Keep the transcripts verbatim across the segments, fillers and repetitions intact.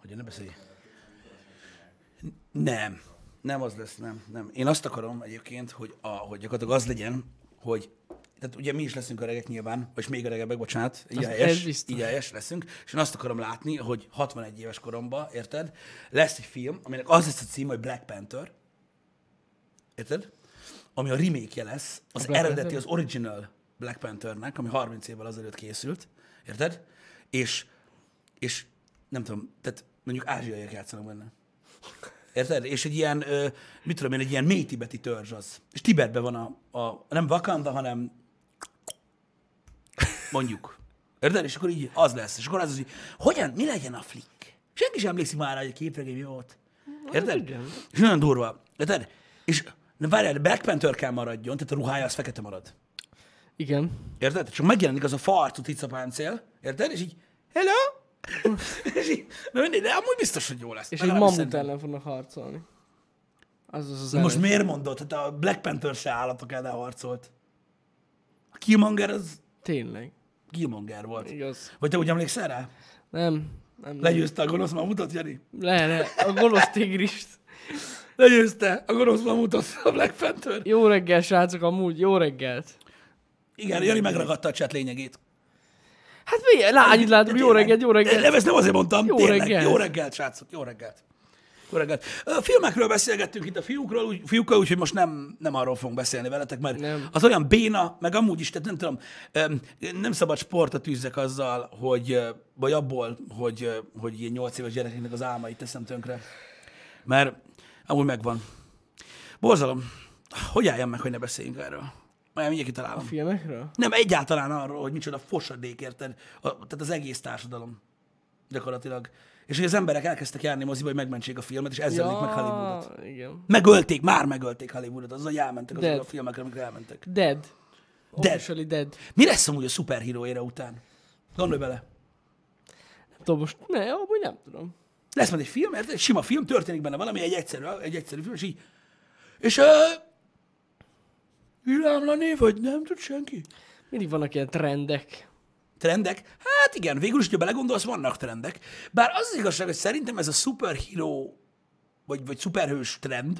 Hogy ne beszélj. Nem. Nem az lesz, nem. nem. Én azt akarom egyébként, hogy, a, hogy gyakorlatilag az legyen, hogy tehát ugye mi is leszünk öregek nyilván, vagy még öregebbek, bocsánat, így helyes, így helyes leszünk, és én azt akarom látni, hogy hatvanegy éves koromban, érted, lesz egy film, aminek az lesz a cím, hogy Black Panther, érted? Ami a remake-je lesz, az Black eredeti, Panther? Az original Black Panthernek, ami harminc évvel azelőtt készült, érted? És, és nem tudom, tehát mondjuk ázsiaiak játszanak benne. Érted? És egy ilyen, ö, mit tudom én, egy ilyen mély tibeti törzs az. És Tibetben van a, a nem Wakanda, hanem mondjuk. Érted? És akkor így az lesz. És akkor az az, hogy hogyan, mi legyen a flick? Senki sem emlékszik már rá, hogy a képregény volt. Érted? És nagyon durva. Érted? És várjál, Black Panther kell maradjon, tehát a ruhája az fekete marad. Igen. Érted? Csak megjelenik az a farcú ticapáncél. Érted? És így, hello? És így, na mindegy, de amúgy biztos, hogy jó lesz. És egy mamut ellen fognak harcolni. Az az az most erős. Miért mondod? Hát a Black Panther se állatok ellen harcolt. A Killmonger az... Tényleg. Killmonger volt. Igaz. Vagy te úgy emlékszel rá? Nem. nem Legyőzte a gonosz mamutot, Jani? Le, le. A gonosz tigrist. Legyőzte a gonosz mamutot a Black Panther. Jó reggel, srácok, amúgy. Jó reggelt. Igen, Jani megragadta a chat lényegét. Hát miért? Lányit látom, jó reggelt, jó reggelt. Nem, ezt nem azért mondtam. Jó tényleg. reggelt. Jó reggelt, srácok, jó reggelt. Jó reggelt. A filmekről beszélgettünk itt a fiúkról, úgy, fiúkkal, úgyhogy most nem, nem arról fogunk beszélni veletek, mert nem. Az olyan béna, meg amúgy is, tehát nem tudom, nem szabad sportot űzzek azzal, hogy, vagy abból, hogy, hogy ilyen nyolc éves gyerekeknek az álmait teszem tönkre. Mert amúgy megvan. Borzalom. Hogy álljam meg, hogy ne beszéljünk erről? Majd mindjárt kitalálom. A filmekről? Nem, egyáltalán arról, hogy micsoda fosadék, érted? A, tehát az egész társadalom. Gyakorlatilag. És hogy az emberek elkezdtek járni moziba, hogy megmentsék a filmet, és ezzel ja, meg Hollywoodot. Igen. Megölték, már megölték Hollywoodot, azzal, hogy elmentek azok a filmekre, amikre elmentek. Dead. Dead. Officially dead. Mi lesz amúgy a szuperhíró ére után? Gondolj bele. Nem tudom, most ne, amúgy nem tudom. Lesz majd egy film, érted? Egy sima film, történik benne valami, egy egyszerű, egy egyszerű film, és így... És... Uh, villámlani, vagy nem tud senki? Mindig vannak ilyen trendek. Trendek? Hát igen, végül is, hogyha belegondolsz, vannak trendek. Bár az az igazság, hogy szerintem ez a superhero, vagy, vagy szuperhős trend,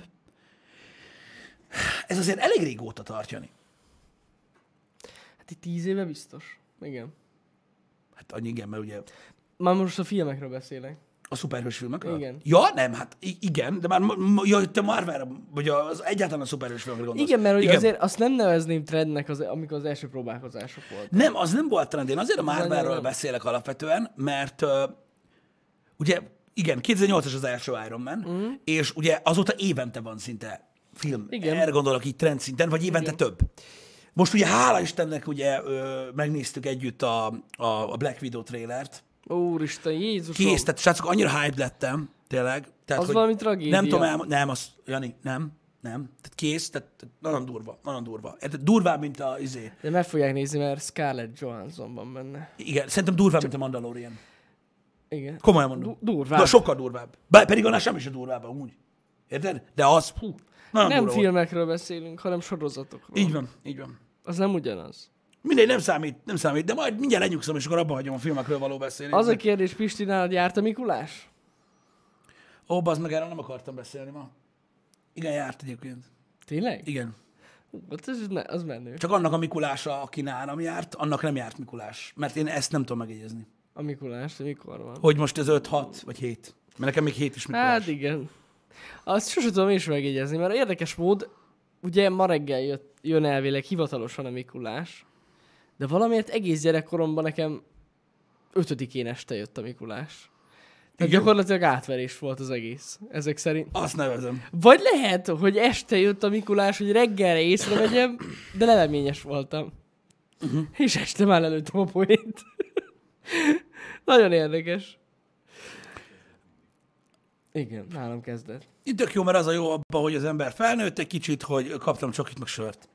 ez azért elég régóta tartjani. Hát itt tíz éve biztos. Igen. Hát annyi igen, mert ugye... Már most a filmekről beszélek. A szuperhős filmekről? Igen. Ja, nem, hát igen, de már ja, te Marvelra, vagy az egyáltalán a szuperhős filmekre gondolsz. Igen, mert igen. Azért azt nem nevezném trendnek, az, amikor az első próbálkozások voltak. Nem, az nem volt trend. Én azért a Marvelről beszélek alapvetően, mert uh, ugye, igen, kétezer-nyolcas az első Iron Man, mm. és ugye azóta évente van szinte film. Igen. Erre gondolok így trend szinten, vagy évente igen. több. Most ugye hála Istennek ugye ö, megnéztük együtt a, a, a Black Widow trailert. Úristen, Jézusom. Kész, tehát srácok, annyira hype lettem, tényleg. Tehát, az valami tragédia. Nem tudom elmondani, nem, az, Jani, nem, nem. Tehát kész, tehát nagyon durva, nagyon durva. Tehát durvább, mint a izé. De meg fogják nézni, mert Scarlett Johansson van benne. Igen, szerintem durvább, Csak... mint a Mandalorian. Igen. Komolyan mondom. Du- durvább. Na, sokkal durvább. Bár pedig annál semmi se durvább, amúgy. Érted? De az, hú, nem filmekről volt. Beszélünk, hanem sorozatokról. Így van, így van. Az nem ugyanaz. Mindegy, nem számít, nem számít, de majd mindjárt lenyugszom, és akkor abba hagyom a filmekről való beszélni. Az a kérdés, Pisti, nálad járt a Mikulás? Ó, bazd meg, erről nem akartam beszélni ma. Igen, járt egyébként. Tényleg? Igen. Hú, az, ne, az menő. Csak annak a Mikulása, aki nálam járt, annak nem járt Mikulás. Mert én ezt nem tudom megjegyezni. A Mikulás, de mikor van? Hogy most ez öt, hat vagy hét. Mert nekem még hét is Mikulás. Hát igen. Azt sosem tudom én is megjegyezni, mert érdekes mód, ugye ma reggel jött, jön elvileg hivatalosan a Mikulás, de valamiért egész gyerekkoromban nekem ötödikén este jött a Mikulás. Tehát gyakorlatilag átverés volt az egész, ezek szerint. Azt nevezem. Vagy lehet, hogy este jött a Mikulás, hogy reggelre észrevegyem, de leleményes voltam. Uh-huh. És este már lelőttem a poént. Nagyon érdekes. Igen, nálam kezdett. Itt tök jó, mert az a jó abban, hogy az ember felnőtt egy kicsit, hogy kaptam csokit meg sört.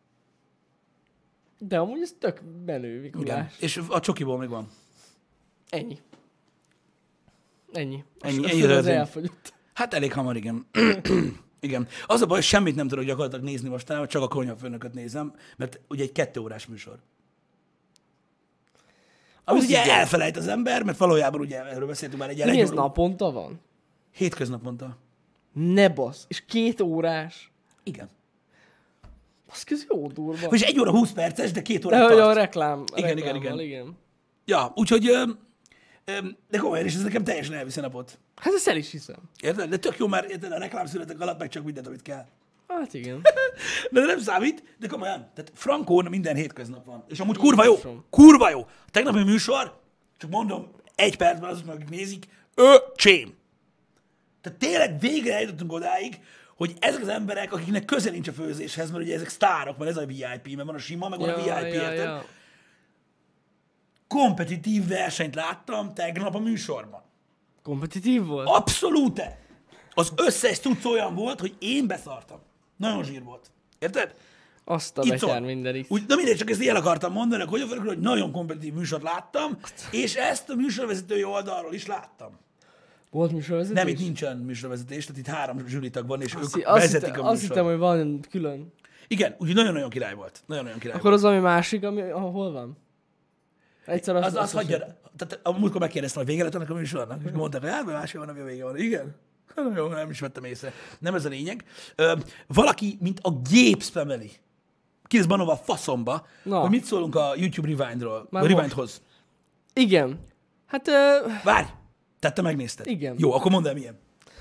De amúgy ez tök menő Mikulás. Igen. És a csokiból még van. Ennyi. Ennyi. Ennyi, a ennyi az elfogyott. Hát elég hamar, igen. Igen. Az a baj, hogy semmit nem tudok gyakorlatilag nézni mostanában, csak a konyhafőnököt nézem, mert ugye egy kettő órás műsor. Amit ugye igen. elfelejt az ember, mert valójában ugye erről beszéltünk már egy elég. Mi ez naponta van? Hétköznaponta. Ne basz. És két órás? Igen. Az köz jó durva. És egy óra húsz perces, de két óra tart. De a reklám. A igen, igen, igen, igen. Ja, úgyhogy, de komolyan, és ez nekem teljesen elvisz a napot. Hát ezt el is hiszem. Érted? De tök jó, mert érted, a reklámszünetek alatt meg csak mindent, amit kell. Hát igen. De nem számít, de komolyan. Tehát Frankón minden hétköznap van. És amúgy kurva jó. Kurva jó. A tegnapi műsor, csak mondom, egy percben azok, akik nézik, öcsém. Tehát tényleg végre eljutottunk odáig, hogy ezek az emberek, akiknek köze nincs a főzéshez, mert ugye ezek sztárok, mert ez a vé i pé, mert van a sima, meg van ja, a vé i pé, ja, ja. Kompetitív versenyt láttam tegnap a műsorban. Kompetitív volt? Abszolút! Az összes tudsz olyan volt, hogy én beszartam. Nagyon zsír volt. Érted? Azt a betyár mindenik. Úgy, na mindegy, csak ezt el akartam mondani, hogy, hogy nagyon kompetitív műsort láttam, és ezt a műsorvezetői oldalról is láttam. Volt műsorvezetés? Nem, itt nincsen műsorvezetés, tehát itt három zsűritag van, és azt ők azt vezetik hitte, a műsort. Azt hittem, hogy van külön. Igen, úgyhogy nagyon-nagyon király volt. Nagyon-nagyon király Akkor volt. az, ami másik, ami hol van? Egyszer az, az, az, az hagyja. Tehát a múltkor megkérdeztem, hogy vége lett annak a műsornak, és mondták, hogy hát, másik van, ami a vége van. Igen. Jó, nem is vettem észre. Nem ez a lényeg. Ö, valaki, mint a gép spameli. Ki lesz banolva a faszomba, na. Hogy mit szólunk a YouTube Rewindról, a Rewindhoz. Igen. Hát... Uh... Várj! Tehát te megnézted. Igen. Jó, akkor mondd el milyen.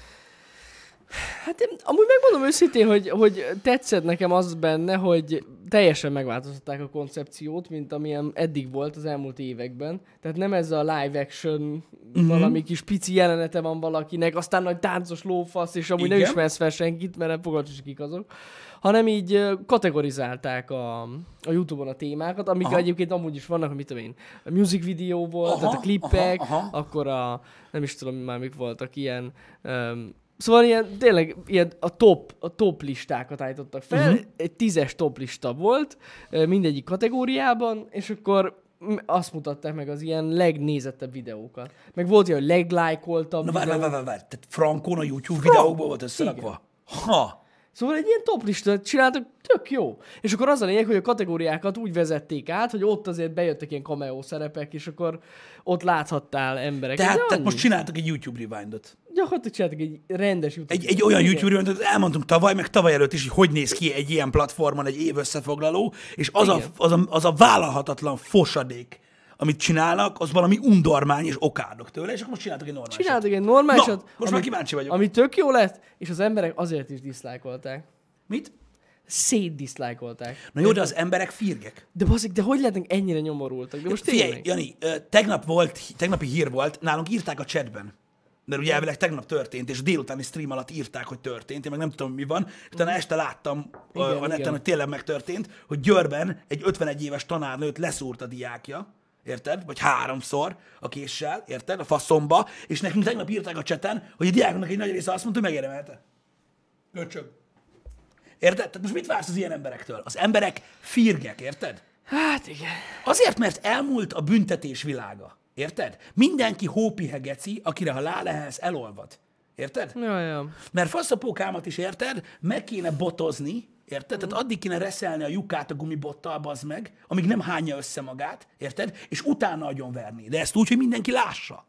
Hát én amúgy megmondom őszintén, hogy, hogy tetszett nekem az benne, hogy teljesen megváltoztatták a koncepciót, mint amilyen eddig volt az elmúlt években. Tehát nem ez a live action, uh-huh. valami kis pici jelenete van valakinek, aztán nagy táncos lófasz, és amúgy igen. nem ismersz fel senkit, mert nem fogalmas, kik azok. Hanem így kategorizálták a, a YouTube-on a témákat, amik aha. egyébként amúgy is vannak, mit tudom én, a music videó volt, aha, tehát a klippek, aha, aha. akkor a, nem is tudom már mik voltak, ilyen... Um, Szóval ilyen, tényleg ilyen a top, a top listákat állítottak fel, uh-huh. egy tízes top lista volt mindegyik kategóriában, és akkor azt mutatták meg az ilyen legnézettebb videókat. Meg volt ilyen, hogy leglájkoltabb Na várj, várj, várj, várj, tehát Frankon a YouTube Frank? videókból volt összerakva? Ha! Szóval egy ilyen top listát csináltak, tök jó. És akkor az a lényeg, hogy a kategóriákat úgy vezették át, hogy ott azért bejöttek ilyen cameo szerepek, és akkor ott láthattál embereket. Tehát, tehát most csináltak egy YouTube Rewindot. Gyakorlatilag csináltak egy rendes YouTube Egy, egy olyan YouTube Rewindot, elmondtunk tavaly, meg tavaly előtt is, hogy hogy néz ki egy ilyen platformon egy év összefoglaló, és az, a, az, a, az a vállalhatatlan fosadék, amit csinálnak, az valami undormány, és okádok tőle, és akkor most csináltak egy normálisat. Csináltak egy normálisat. Na, most ami, már kíváncsi vagyok. Ami tök jó lett, és az emberek azért is diszlájkolták. Mit? Szétdiszlájkolták. Na jó, de az emberek firgek. De baszik, de hogy lehetnek ennyire nyomorultak? De most Figyelj, Jani, tegnap volt, tegnapi hír volt, nálunk írták a chatben, mert ugye elvileg tegnap történt, és délutáni stream alatt írták, hogy történt, én meg nem tudom, mi van. Utána este láttam igen, a, a neten, igen. hogy tényleg megtörtént, hogy Győrben egy ötvenegy éves tanárnőt leszúrt a diákja, érted? Vagy háromszor a késsel, érted? A faszomba, és nekünk tegnap írták a chaten, hogy a diáknak egy nagy része azt mondta, hogy megérdemelte. Göcsög. Érted? Tehát most mit vársz az ilyen emberektől? Az emberek firgek, érted? Hát igen. Azért, mert elmúlt a büntetés világa. Érted? Mindenki hópihe geci, akire ha lálehelsz, elolvad. Érted? Ja, ja. Mert faszapókámat is, érted? Meg kéne botozni, érted? Mm. Tehát addig kéne reszelni a lyukát a gumibottal, bazd meg, amíg nem hányja össze magát, érted? És utána agyon verni. De ezt úgy, hogy mindenki lássa.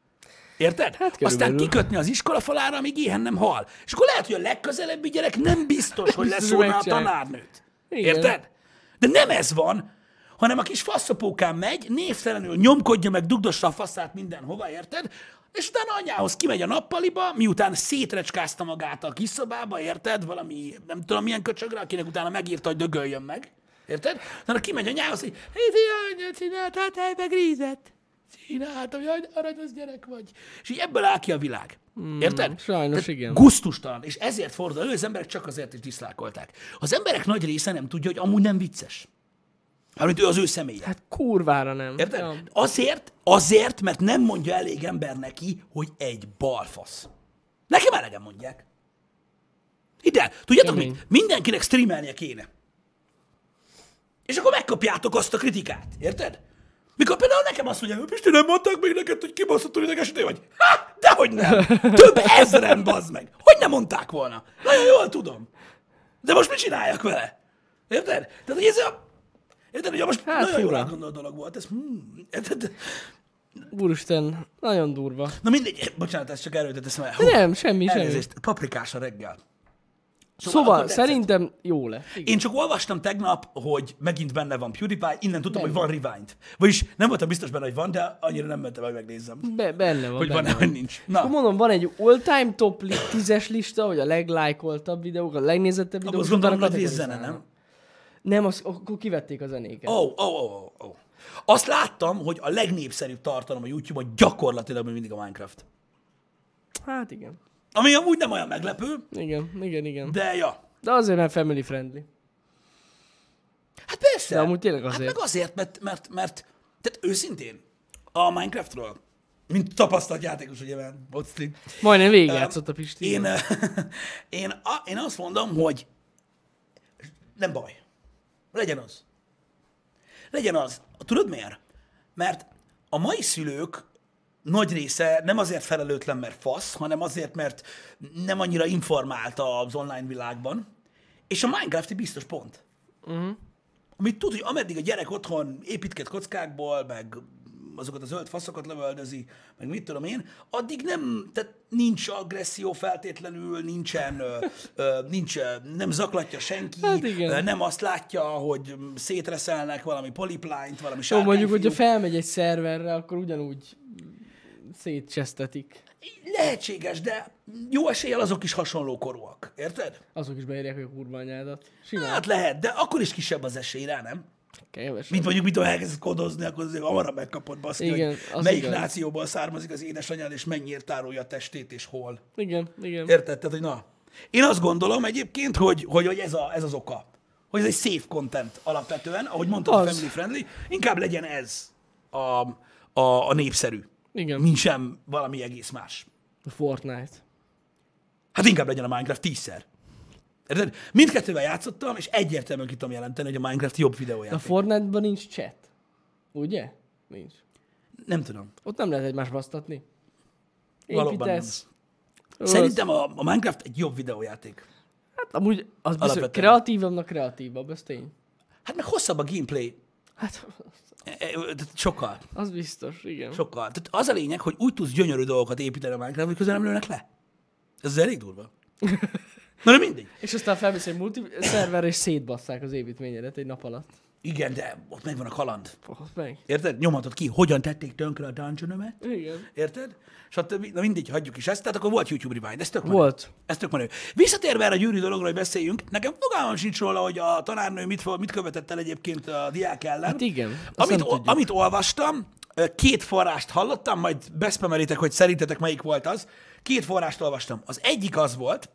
Érted? Hát aztán kikötni az iskola falára, amíg éhen nem hal. És akkor lehet, hogy a legközelebbi gyerek nem biztos, hogy leszólna a tanárnőt. Érted? De nem ez van, hanem a kis faszapókán megy, névtelenül nyomkodja meg, dugdossa a faszát mindenhova, érted? És utána anyához kimegy a nappaliba, miután szétrecskázta magát a kis szobába, érted? Valami, nem tudom milyen köcsögre, akinek utána megírta, hogy dögöljön meg. Érted? Utána kimegy anyához, hogy hé, anya, csináltál te meg rízet? Csináltam, hogy aranyos gyerek vagy. És így ebből áll ki a világ. Érted? Mm, sajnos Tehát igen. gusztustalan. És ezért fordul elő, az emberek csak azért is diszlákolták. Az emberek nagy része nem tudja, hogy amúgy nem vicces. Amit ő az ő személye. Hát kurvára nem. Érted? Ja. Azért, azért, mert nem mondja elég ember neki, hogy egy balfasz. Nekem elegen mondják. Hidd el, tudjátok Kemény. mit? Mindenkinek streamelnie kéne. És akkor megkapjátok azt a kritikát. Érted? Mikor például nekem azt mondják, hogy Pisti, nem mondták még neked, hogy kibaszottul idegesítő vagy? Ha, dehogy nem. Több ezren, bazd meg. Hogy nem mondták volna? Nagyon jól tudom. De most mit csináljak vele? Érted? Tehát, hogy ez a... Érted, hogy most Hát, nagyon jól fura. elgondolt dolog volt. Ez, hmm, érted? Úristen, nagyon durva. Na mindegy, bocsánat, ez csak erőt teszem el. De nem, semmi, semmi. Elnézést, paprikás a reggel. Szóval akkor tetszett. szerintem jó lett. Igen. Én csak olvastam tegnap, hogy megint benne van PewDiePie, innen tudtam, Benne. hogy van Rewind. Vagyis nem voltam biztos benne, hogy van, de annyira nem mentem, hogy megnézzem. Be, benne van, Hogy benne van-e, vagy nincs. Na, Akkor mondom, van egy all-time top li- tízes lista, hogy a leglájkoltabb videók, a legnézettebb videók. azt gondolom, utána hogy rész zene, kategorizálnak. nem? Nem, az, akkor kivették a zenéket. Ó, ó, ó, ó, ó. Azt láttam, hogy a legnépszerűbb tartalom a YouTube-on gyakorlatilag még mindig a Minecraft. Hát igen. Ami amúgy nem olyan meglepő, Igen, igen, igen. De, de ja. De azért, mert family friendly. Hát persze. De amúgy tényleg Hát azért. meg azért, mert, mert, mert tehát őszintén a Minecraftról, mint tapasztalt játékos, ugye, mert Botstream, Majdnem végigjátszott a Pisti. én, én, a, én azt mondom, hogy nem baj. Legyen az. Legyen az. Tudod miért? Mert a mai szülők nagy része nem azért felelőtlen, mert fasz, hanem azért, mert nem annyira informált az online világban, és a Minecrafti biztos pont. Uh-huh. Amit tud, hogy ameddig a gyerek otthon építket kockákból, meg azokat a zöld faszokat lövöldözi, meg mit tudom én, addig nem, tehát nincs agresszió feltétlenül, nincsen, ö, ö, nincs, ö, nem zaklatja senki, Hát igen. ö, nem azt látja, hogy szétreszelnek valami poliplányt, valami Jó, mondjuk, hogyha sárkányfiút. felmegy egy szerverre, akkor ugyanúgy szétcsesztetik. Lehetséges, de jó eséllyel azok is hasonló korúak. Érted? Azok is beírják, hogy a kurva anyádat. Simán. Hát lehet, de akkor is kisebb az esély rá, nem? Kevesebb. Mint mondjuk, mit elkezdesz kodozni, akkor azért hamarabb megkapod baszki, Igen, hogy az melyik igaz. nációból származik az édesanyád, és mennyire tárolja a testét, és hol. Igen, igen. Érted? Tehát, hogy na. Én azt gondolom egyébként, hogy, hogy, hogy ez, a, ez az oka. Hogy ez egy safe content alapvetően, ahogy mondtad, a Az. family friendly, inkább legyen ez a, a, a népszerű, Igen. mint sem valami egész más. A Fortnite. Hát inkább legyen a Minecraft tízszer. Érted? Mindkettővel játszottam, és egyértelműen ki tudom jelenteni, hogy a Minecraft jobb A videójáték. Fortnite-ban nincs chat. Ugye? Nincs. Nem tudom. Ott nem lehet egymást basztatni. Valóban Építesz. Rossz. Szerintem a, a Minecraft egy jobb videójáték. Hát amúgy az biztos, Alapvetően. kreatívabbnak kreatívabb, ez tény. Hát meg hosszabb a gameplay. Hát E, e, tehát Sokkal. az biztos, igen. Sokkal. Tehát az a lényeg, hogy úgy tudsz gyönyörű dolgokat építeni a Minecraft, hogy közben nem lőnek le. Ez az elég durva. Na de mindegy. És aztán felmész egy multi-szerverre, és szétbasszák az építményedet egy nap alatt. Igen, de ott megvan a kaland. Fogod meg. Érted? Nyomhatod ki, hogyan tették tönkre a dungeonomet. Igen. Érted? Stb. Na mindegy, hagyjuk is ezt. Tehát akkor volt YouTube Rewind. Ez tök menő. Volt. Ez tök menő. Visszatérve erre a gyűrű dologra, hogy beszéljünk, nekem fogalmam sincs róla, hogy a tanárnő mit, fo- mit követett el egyébként a diák ellen. Hát igen. Azt Amit, nem o- tudjuk. amit olvastam, két forrást hallottam, majd beszpemelitek, hogy szerintetek melyik volt az. Két forrást olvastam. Az egyik az volt,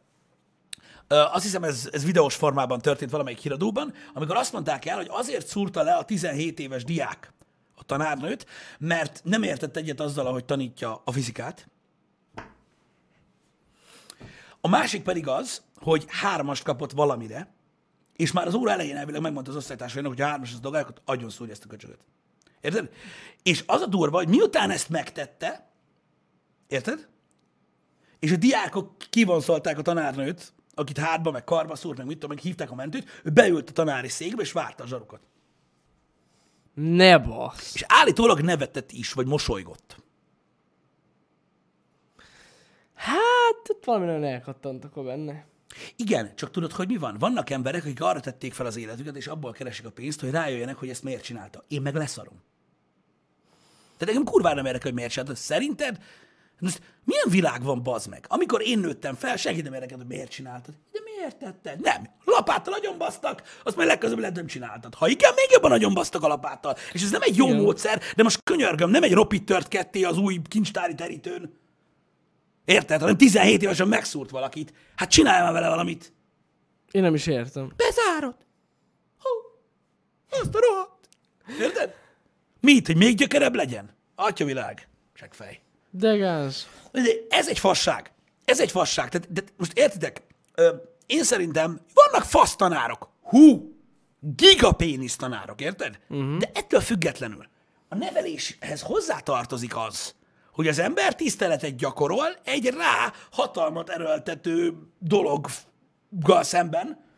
ö, azt hiszem ez, ez videós formában történt valamelyik híradóban, amikor azt mondták el, hogy azért szúrta le a tizenhét éves diák a tanárnőt, mert nem értett egyet azzal, ahogy tanítja a fizikát. A másik pedig az, hogy hármast kapott valamire, és már az óra elején elvileg megmondta az osztálytársainak, hogy ha hármas az dolgák, akkor agyon szúrja ezt a köcsögöt. Érted? És az a durva, hogy miután ezt megtette, érted? És a diákok kivonszolták a tanárnőt, akit hátba, meg karba szúrt, meg mit tudom, meg hívták a mentőt, ő beült a tanári székbe, és várta a zsarukat. Ne bassz. És állítólag nevetett is, vagy mosolygott. Hát, ott valami nagyon elkattantak a benne. Igen, csak tudod, hogy mi van? Vannak emberek, akik arra tették fel az életüket, és abból keresik a pénzt, hogy rájöjjenek, hogy ezt miért csinálta. Én meg leszarom. Tehát nekem kurvára nem érdekel, hogy miért csinálta. Szerinted? Most milyen világ van, bazd meg? Amikor én nőttem fel, senki nem érdekel, hogy miért csináltad. De miért tetted? Nem. Lapáttal agyonbasztak, azt majd legközelebb lehet nem csináltad. Ha igen, még jobban agyonbasztak a lapáttal. És ez nem egy jó Igen. módszer, de most könyörgöm, nem egy ropit tört ketté az új kincstári terítőn. Érted? Hanem tizenhét évesen megszúrt valakit. Hát csinálj már vele valamit. Én nem is értem. Bezárod. Hú, azt a rohadt. Érted? Mit, hogy még gyökerebb legyen? Atyavilág. Seggfej. De gáz. De ez egy fasság. Ez egy fasság. Tehát, de most értitek? Ö, én szerintem vannak fasz tanárok. Hú, gigapénisz tanárok, érted? Uh-huh. De ettől függetlenül a neveléshez hozzátartozik az, hogy az ember tiszteletet gyakorol egy rá hatalmat erőltető dologgal szemben,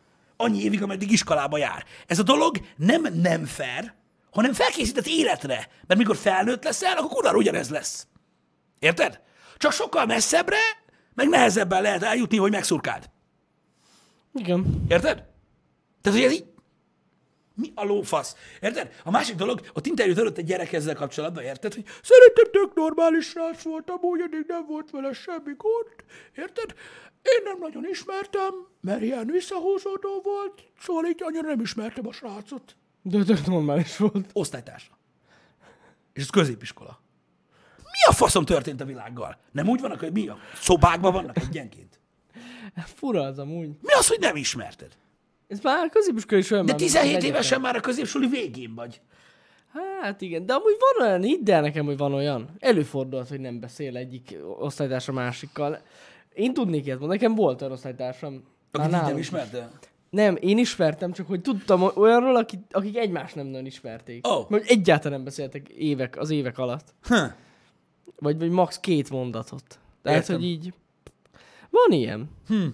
annyi évig, ameddig iskolába jár. Ez a dolog nem nem fair, hanem felkészített életre. Mert mikor felnőtt leszel, akkor kurvára ugyanez lesz. Érted? Csak sokkal messzebbre, meg nehezebben lehet eljutni, hogy megszurkáld. Igen. Érted? Tehát, hogy ez így... Mi a lófasz? Érted? A másik dolog, ott interjút adott egy gyerek ezzel kapcsolatban, érted? Hogy szerintem tök normális srác voltam, úgy eddig nem volt vele semmi gond. Érted? Én nem nagyon ismertem, mert ilyen visszahúzódó volt, szóval így annyira nem ismertem a srácot. De tök normális volt. Osztálytársa. És ez középiskola. Mi a faszom történt a világgal? Nem úgy vannak, hogy mi a szobákban vannak egyenként? Fura az amúgy. Mi az, hogy nem ismerted? Ez már középiskola is olyan. De tizenhét évesen már a középsuli végén vagy. Hát igen, de amúgy van olyan, hidd el nekem, hogy van olyan. Előfordulhat, hogy nem beszél egyik osztálytársa másikkal. Én tudnék ilyet mondani, nekem volt olyan osztálytársam. Akit nem ismerte? Nem, én ismertem, csak hogy tudtam olyanról, akik, akik egymást nem nagyon ismerték. Oh. Mert egyáltalán nem beszéltek évek, az évek alatt. Huh. Vagy, vagy max. két mondatot. Tehát, Értem. hogy így... Van ilyen. Hm.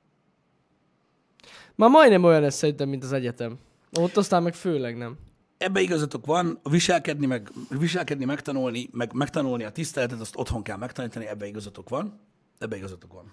Már majdnem olyan lesz szerintem, mint az egyetem. Ott aztán meg főleg nem. Ebbe igazatok van, viselkedni, meg, viselkedni, megtanulni, meg megtanulni a tiszteletet, azt otthon kell megtanítani, ebbe igazatok van. Ebbe igazatok van.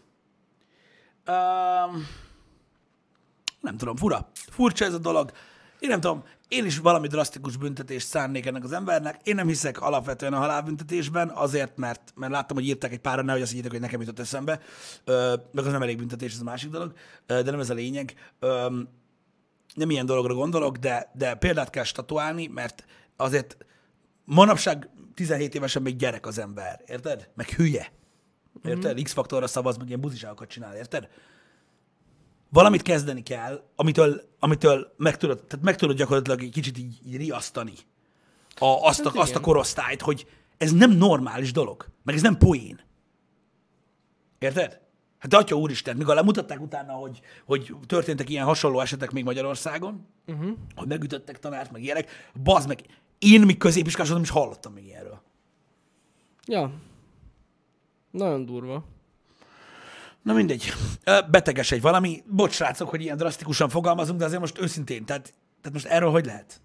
Um, nem tudom, fura. Furcsa ez a dolog. Én nem tudom, én is valami drasztikus büntetést szánnék ennek az embernek. Én nem hiszek alapvetően a halálbüntetésben, azért, mert, mert láttam, hogy írták egy páran, nehogy azt higgyétek, hogy nekem jutott eszembe. Ö, meg az nem elég büntetés, ez a másik dolog, ö, de nem ez a lényeg. Ö, nem ilyen dologra gondolok, de, de példát kell statuálni, mert azért manapság tizenhét évesen még gyerek az ember, érted? Meg hülye. Érted? Mm-hmm. X-faktorra szavaz, meg ilyen buziságokat csinál, érted? Valamit kezdeni kell, amitől, amitől meg, tudod, tehát meg tudod gyakorlatilag egy kicsit így, így riasztani a, azt, a, azt a korosztályt, hogy ez nem normális dolog, meg ez nem poén. Érted? Hát atya úristen, mikor lemutatták utána, hogy, hogy történtek ilyen hasonló esetek még Magyarországon, uh-huh. hogy megütöttek tanárt, meg ilyenek, bazd meg, én még középiskolás voltam, is hallottam még ilyenről. Ja. Nagyon durva. Na mindegy. Beteges egy valami. Bocs, srácok, hogy ilyen drasztikusan fogalmazunk, de azért most őszintén, tehát, tehát most erről hogy lehet?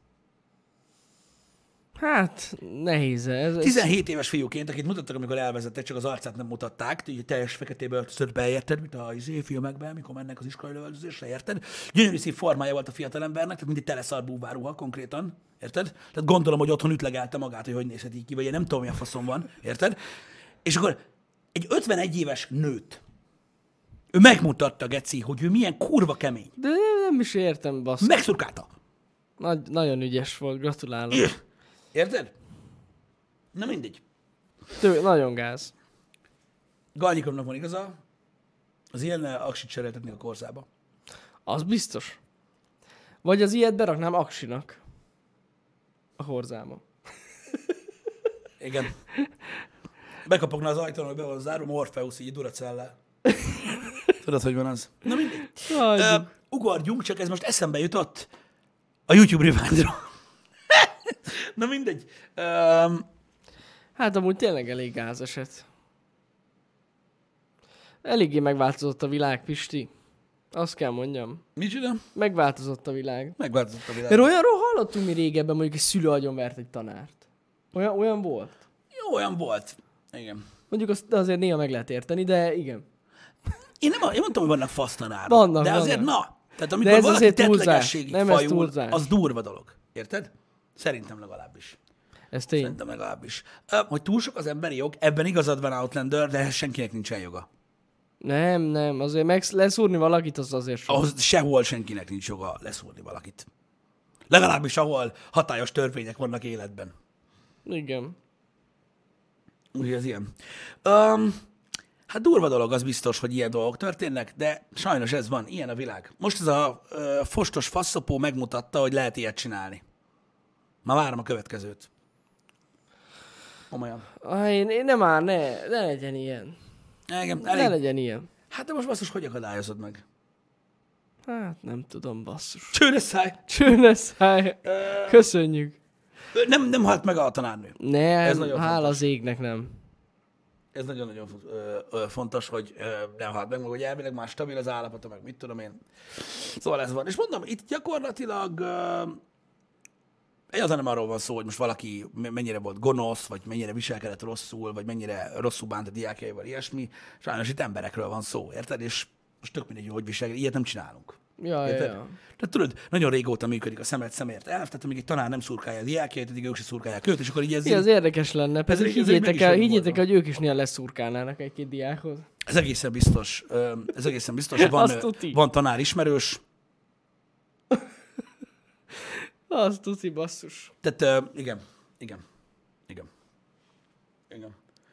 Hát, nehéz ez. tizenhét éves fiúként, akit mutattak, amikor elvezettek, csak az arcát nem mutatták, így teljes feketébe öltözött be, érted, mint a izé, filmekben, mikor mennek az iskolai lövöldözésre, érted? Gyönyörű szép formája volt a fiatalembernek, tehát mint egy teleszar búváruha konkrétan, érted? Tehát gondolom, hogy otthon ütlegelte magát, hogy hogy nézhet így ki, vagy én nem tudom, mi a faszom van, érted? És akkor egy ötvenegy éves nőt, ő megmutatta, geci, hogy ő milyen kurva kemény. De nem is értem, basz. Megszurkálta. Nagy, nagyon ügyes volt, gratulálok. Érted? Na mindegy. Tő, nagyon gáz. Galnyikomnak van igaza, az ilyennel aksit cseréltetnék a korzába. Az biztos. Vagy az ilyet beraknám aksinak. A horzába. Igen. Bekapogna az ajtón, hogy be van zárva, Morpheus így Duracellel. Tudod, hogy van az? Na mindegy. Uh, ugorjunk, csak ez most eszembe jutott a YouTube Rewindról. Na mindegy. Um, hát amúgy tényleg elég gáz eset. Eléggé megváltozott a világ, Pisti. Azt kell mondjam. Micsoda? Megváltozott a világ. Megváltozott a világ. Mert olyanról hallottunk mi régebben, mondjuk egy szülő agyonvert egy tanárt. Olyan, olyan volt? Jó, olyan volt. Igen. Mondjuk azt azért néha meg lehet érteni, de igen. Én nem én mondtam, hogy vannak fasztanárok. Vannak, de azért vannak. na. Tehát amikor de ez valaki tettlegességig fajul, túlzás. Az durva dolog. Érted? Szerintem legalábbis. Ez tény. Szerintem legalábbis. Hogy túl sok az emberi jog, ebben igazad van, Outlander, de senkinek nincsen joga. Nem, nem, azért meg leszúrni valakit, az azért sok. Ahhoz sehol senkinek nincs joga leszúrni valakit. Legalábbis ahol hatályos törvények vannak életben. Igen. Úgyhogy ez ilyen. Um, hát durva dolog, az biztos, hogy ilyen dolgok történnek, de sajnos ez van, ilyen a világ. Most ez a uh, fostos faszopó megmutatta, hogy lehet ilyet csinálni. Már várom a következőt. Komolyan. Ah, én, én nem áll, ne, ne legyen ilyen. Igen, elég... Ne legyen ilyen. Hát de most basszus, hogy akadályozod meg? Hát nem tudom, basszus. Csőres száj! Csőres száj! Uh... Köszönjük. Nem, nem halt meg a tanárnő. Nem, hála az égnek nem. Ez nagyon-nagyon fontos, hogy nem halt meg, hogy elvileg már stabil az állapota, meg mit tudom én. Szóval ez van. És mondom, itt gyakorlatilag egyáltalán nem arról van szó, hogy most valaki mennyire volt gonosz, vagy mennyire viselkedett rosszul, vagy mennyire rosszul bánt a diákjaival, ilyesmi. Sajnos itt emberekről van szó, érted? És most tök mindegy, hogy viselkedik, ilyet nem csinálunk. Ja, ja, ja. Tehát tudod, nagyon régóta működik a szemet szemért elv, tehát amíg egy tanár nem szurkálja a diákjait, addig ők se szurkálják őt, és akkor így ez... Igen, az érdekes lenne, pedig ez higgyétek el, higgyétek el, hogy ők is néha leszurkálnának egy-két diákhoz. Ez egészen biztos, ez egészen biztos, hogy van, van tanár ismerős. Az tuti, basszus. Tehát uh, igen, igen, igen, igen.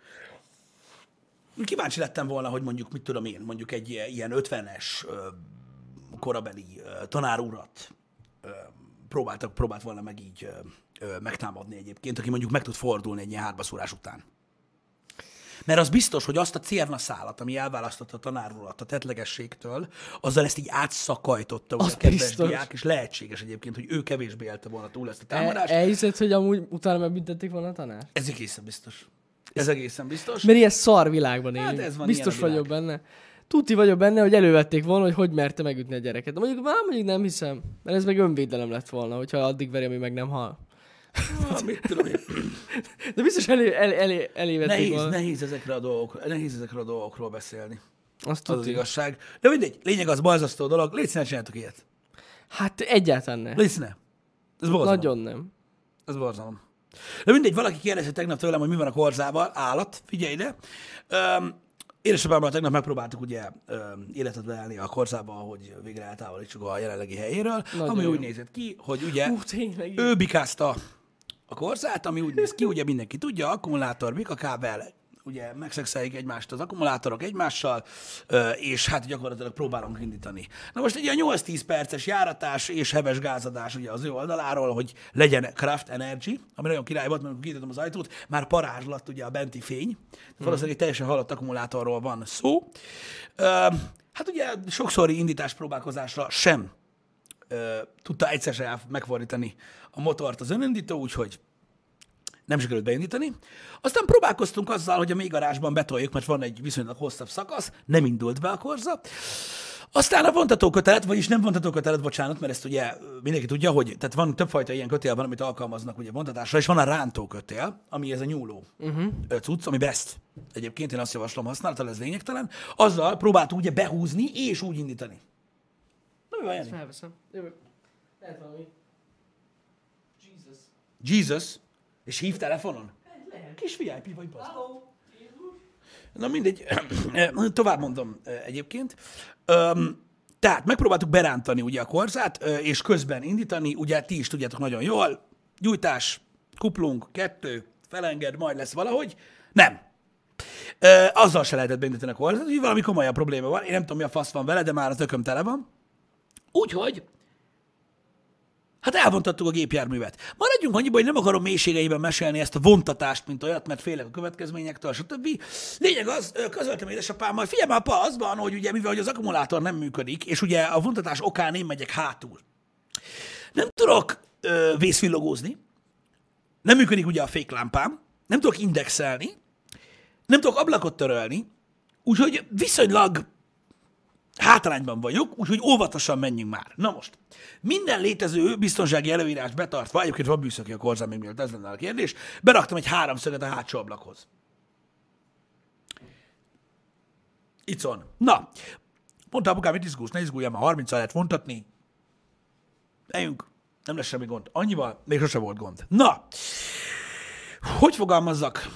Kíváncsi lettem volna, hogy mondjuk, mit tudom én, mondjuk egy ilyen ötvenes uh, korabeli uh, tanárurat uh, próbáltak, próbált volna meg így uh, uh, megtámadni egyébként, aki mondjuk meg tud fordulni egy ilyen hátbaszúrás után. Mert az biztos, hogy azt a cérnaszálat, ami elválasztotta a tanárurat a tettlegességtől, azzal ezt így átszakajtotta a kedves diák, és lehetséges egyébként, hogy ő kevésbé élte volna túl ezt a támadást. El, elhiszed, hogy amúgy utána megbüntették volna a tanár? Ez egészen biztos. Ez egészen biztos. Mert ilyen szar világban élünk. Hát ez van, biztos vagyok benne. Tuti vagyok benne, hogy elővették volna, hogy hogy merte megütni a gyereket. De mondjuk már mondjuk nem hiszem, mert ez meg önvédelem lett volna, hogyha addig veri, ami meg nem hal. Ha, mit tudom én. De biztos elé, elé, elé, elévették nehéz, volna. Nehéz ezekre a dolgokról, nehéz ezekre a dolgokról beszélni. Azt az az igazság. De mindegy, lényeg az balzasztó dolog. Légy színe, csináltok ilyet. Hát egyáltalán nem. Légy színe. Ez borzalom. Nagyon nem. Ez borzalom. De mindegy, valaki kérdezte tegnap tőlem, hogy mi van a korzával. Állat, figyelj ide. Um, Édesapámmal tegnap megpróbáltuk ugye um, életet leállni a korzába, hogy végre eltávolítsuk a jelenlegi helyéről, nagyon ami jó. Úgy nézett ki, hogy ugye Hú, tényleg, ő bikázta a korzát, ami úgy néz ki, ugye mindenki tudja, akkumulátor, bika kábel, ugye megszexeljük egymást az akkumulátorok egymással, és hát gyakorlatilag próbálunk indítani. Na most egy ilyen nyolc-tíz perces járatás és heves gázadás ugye az ő oldaláról, hogy legyen craft energy, ami nagyon király volt, mert kinyitottam az ajtót, már parázslatt ugye a benti fény. Hmm. Valószínűleg egy teljesen halott akkumulátorról van szó. Hát ugye sokszori indítás próbálkozásra sem tudta egyszer sem megfordítani a motort az önindító, úgyhogy nem sikerült beindítani. Aztán próbálkoztunk azzal, hogy a mély garázsban betoljuk, mert van egy viszonylag hosszabb szakasz, nem indult be a korza. Aztán a vontatókötelet, vagyis nem vontatókötelet, bocsánat, mert ezt ugye mindenki tudja, hogy tehát van többfajta ilyen kötél van, amit alkalmaznak ugye vontatásra, és van a rántókötél, ami ez a nyúló uh-huh. cucc, ami best. Egyébként én azt javaslom használata, ez lényegtelen. Azzal próbáltuk ugye behúzni és úgy indítani. Na, mi van, Jani? Felveszem. Jövök. Lehet valami. Jesus. Jesus? És hív telefonon? Lehet. Kis vé i pé vagy bazd. Na mindegy, tovább mondom egyébként. Um, tehát megpróbáltuk berántani ugye a korzát, és közben indítani, ugye ti is tudjátok nagyon jól, gyújtás, kuplunk, kettő, felenged, majd lesz valahogy. Nem. Uh, azzal se lehetett beindítani a korzát, hogy valami komolyabb probléma van. Én nem tudom, mi a fasz van vele, de már az ököm tele van. Úgyhogy hát elvontattuk a gépjárművet. Maradjunk annyiban, hogy nem akarom mélységeiben mesélni ezt a vontatást, mint olyat, mert félek a következményektől, stb. Lényeg az, közöltem édesapámmal, figyelj már, apa, az van, hogy ugye, mivel hogy az akkumulátor nem működik, és ugye a vontatás okán én megyek hátul. Nem tudok ö, vészvillogózni, nem működik ugye a féklámpám, nem tudok indexelni, nem tudok ablakot törölni, úgyhogy viszonylag hátrányban vagyok, úgyhogy óvatosan menjünk már. Na most, minden létező biztonsági előírás betartva, egyébként van műszaki a korzán, még mielőtt ez lenne a kérdés, beraktam egy háromszöget a hátsó ablakhoz. Icon. Na, mondta apukám, mit izgulsz, ne izguljál, már harminccal lehet vontatni. Eljünk, nem lesz semmi gond. Annyival még sose volt gond. Na, hogy fogalmazzak,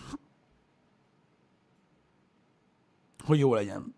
hogy jó legyen?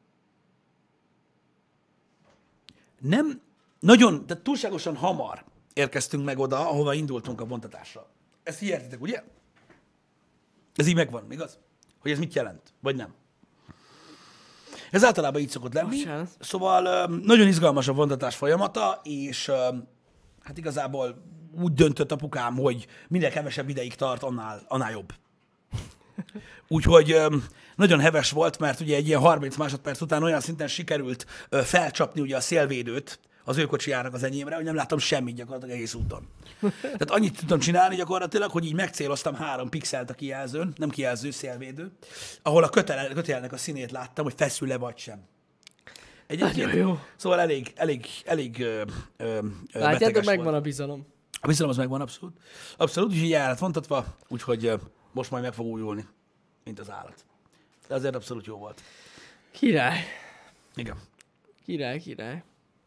Nem, nagyon, tehát túlságosan hamar érkeztünk meg oda, ahova indultunk a vontatásra. Ezt így értitek, ugye? Ez így megvan, igaz? Hogy ez mit jelent, vagy nem? Ez általában így szokott lenni. Bocsánat. Szóval nagyon izgalmas a vontatás folyamata, és hát igazából úgy döntött apukám, hogy minél kevesebb ideig tart, annál, annál jobb. Úgyhogy nagyon heves volt, mert ugye egy ilyen harminc másodperc után olyan szinten sikerült felcsapni ugye a szélvédőt, az ő kocsijának az enyémre, hogy nem láttam semmit gyakorlatilag egész úton. Tehát annyit tudtam csinálni gyakorlatilag, hogy így megcéloztam három pixelt a kijelzőn, nem kijelző, szélvédő, ahol a kötel, kötelnek a színét láttam, hogy feszül-e vagy sem. Egyébként, jó. Szóval elég, elég, elég ö, ö, Látjátok, megvan volt. A bizalom. A bizalom az megvan, abszolút. Abszolút, úgyhogy el lett vontatva, úgyhogy ö, most majd meg fog újulni, mint az állat. De azért abszolút jó volt. Király. Igen. Király, király.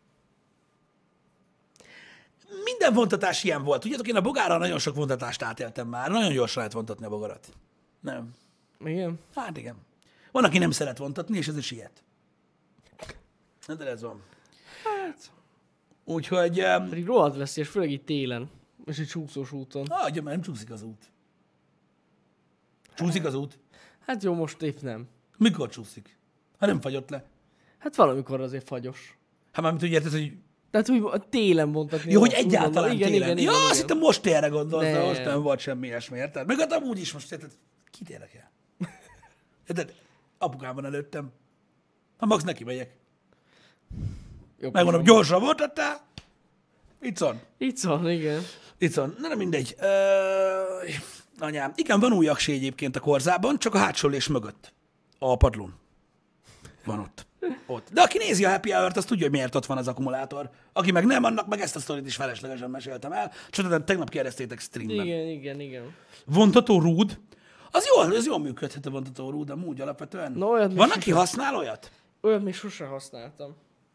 Minden vontatás ilyen volt. Tudjátok, én a bogárral nagyon sok vontatást átéltem már. Nagyon gyorsan lehet vontatni a bogarat. Nem. Igen? Hát igen. Van, aki nem szeret vontatni, és ez is ilyet. Na, de ez van. Hát... Úgyhogy... Um... Pedig rohadt veszélyes, főleg itt télen. És egy csúszós úton. Ah, ugye, mert nem csúszik az út. Csúszik az út? Hát jó, most épp nem. Mikor csúszik? Ha nem fagyott le. Hát valamikor azért fagyos. Hát mármint úgy érted, hogy... Tehát úgy a télen mondhatni. Jó, hogy egyáltalán igen, télen. Igen, igen, ja, igen, azt hittem most télre gondolsz, de most nem volt semmi ilyesmi, érted? Meg hát amúgy is most, érted? Kit érdekel? Érted? Apukám van előttem. Ha max neki megyek. Megmondom, gyorsan voltattál? Itt van. Itt van, igen. Itt van. Na, nem mindegy. Ö... Anyám. Igen, van új aksi egyébként a korzában, csak a hátsó lés mögött. A padlón. Van ott. Ott. De aki nézi a Happy Hour-t, az tudja, hogy miért ott van az akkumulátor. Aki meg nem, annak meg ezt a sztorit is feleslegesen meséltem el. Csak tegnap kérdeztétek streamben. Igen, igen, igen. Vontató rúd. Az jól, az jól működhet a vontató rúd, amúgy alapvetően. No, olyat van, aki sose... használ olyat? Olyat még sose használtam.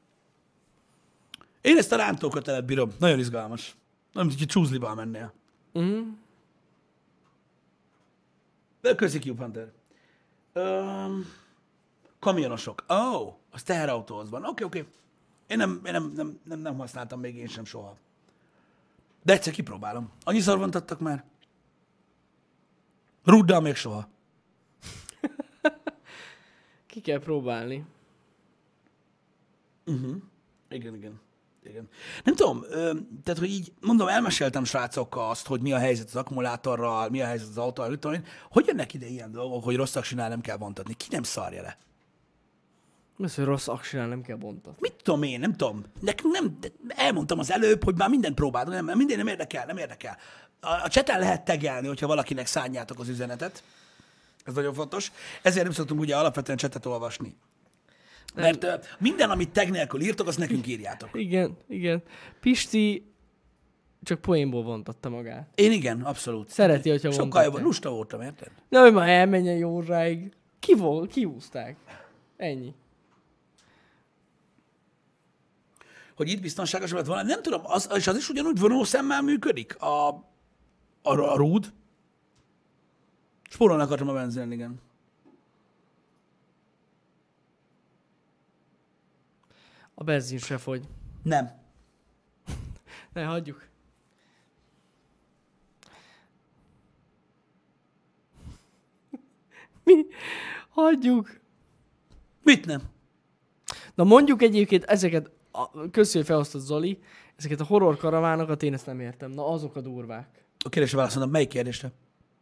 Én ezt a rántókötelet bírom. Nagyon izgalmas. Nem, hogyha csúzlival mennél. Uh-huh. Köszi, Cube Hunter. Um, kamionosok. Ó, oh, az teherautóhoz van. Oké, okay, oké. Okay. Én, nem, én nem, nem, nem, nem használtam még én sem soha. De egyszer kipróbálom. Annyiszor vontattak már? Rúddal még soha. Ki kell próbálni. Uh-huh. Igen, igen. Igen. Nem tudom, tehát, hogy így mondom, elmeséltem srácokkal azt, hogy mi a helyzet az akkumulátorral, mi a helyzet az autóval, mit tudom én. Hogy jönnek ide ilyen dolgok, hogy rossz aksinál nem kell bontatni? Ki nem szarja le? Mi hogy rossz aksinál nem kell bontatni? Mit tudom én, nem tudom. Nekünk nem, elmondtam az előbb, hogy már mindent próbáltam, nem, minden nem érdekel, nem érdekel. A, a cseten lehet tegelni, hogyha valakinek szánjátok az üzenetet. Ez nagyon fontos. Ezért nem szoktunk ugye alapvetően csetet olvasni. Mert uh, minden, amit tag nélkül írtok, azt nekünk írjátok. Igen, igen. Pisti csak poénból vontatta magát. Én igen, abszolút. Szereti, hogyha vontatja. Sokkal jobb, lusta voltam, érted? De hogy már elmenjen jóráig. Ki volt? Kiúzták. Ennyi. Hogy itt biztonságos lett volna. Nem tudom, az, és az is ugyanúgy vonószemmel működik? A, a, a rúd? Spórolni akartam a benzinen, igen. A benzin se fogy. Nem. Ne, hagyjuk. Mi? Hagyjuk. Mit nem? Na mondjuk egyébként ezeket, köszi, hogy felhoztad Zoli, ezeket a horror karavánokat én ezt nem értem. Na azok a durvák. A kérdésre válaszolom, melyik kérdésre?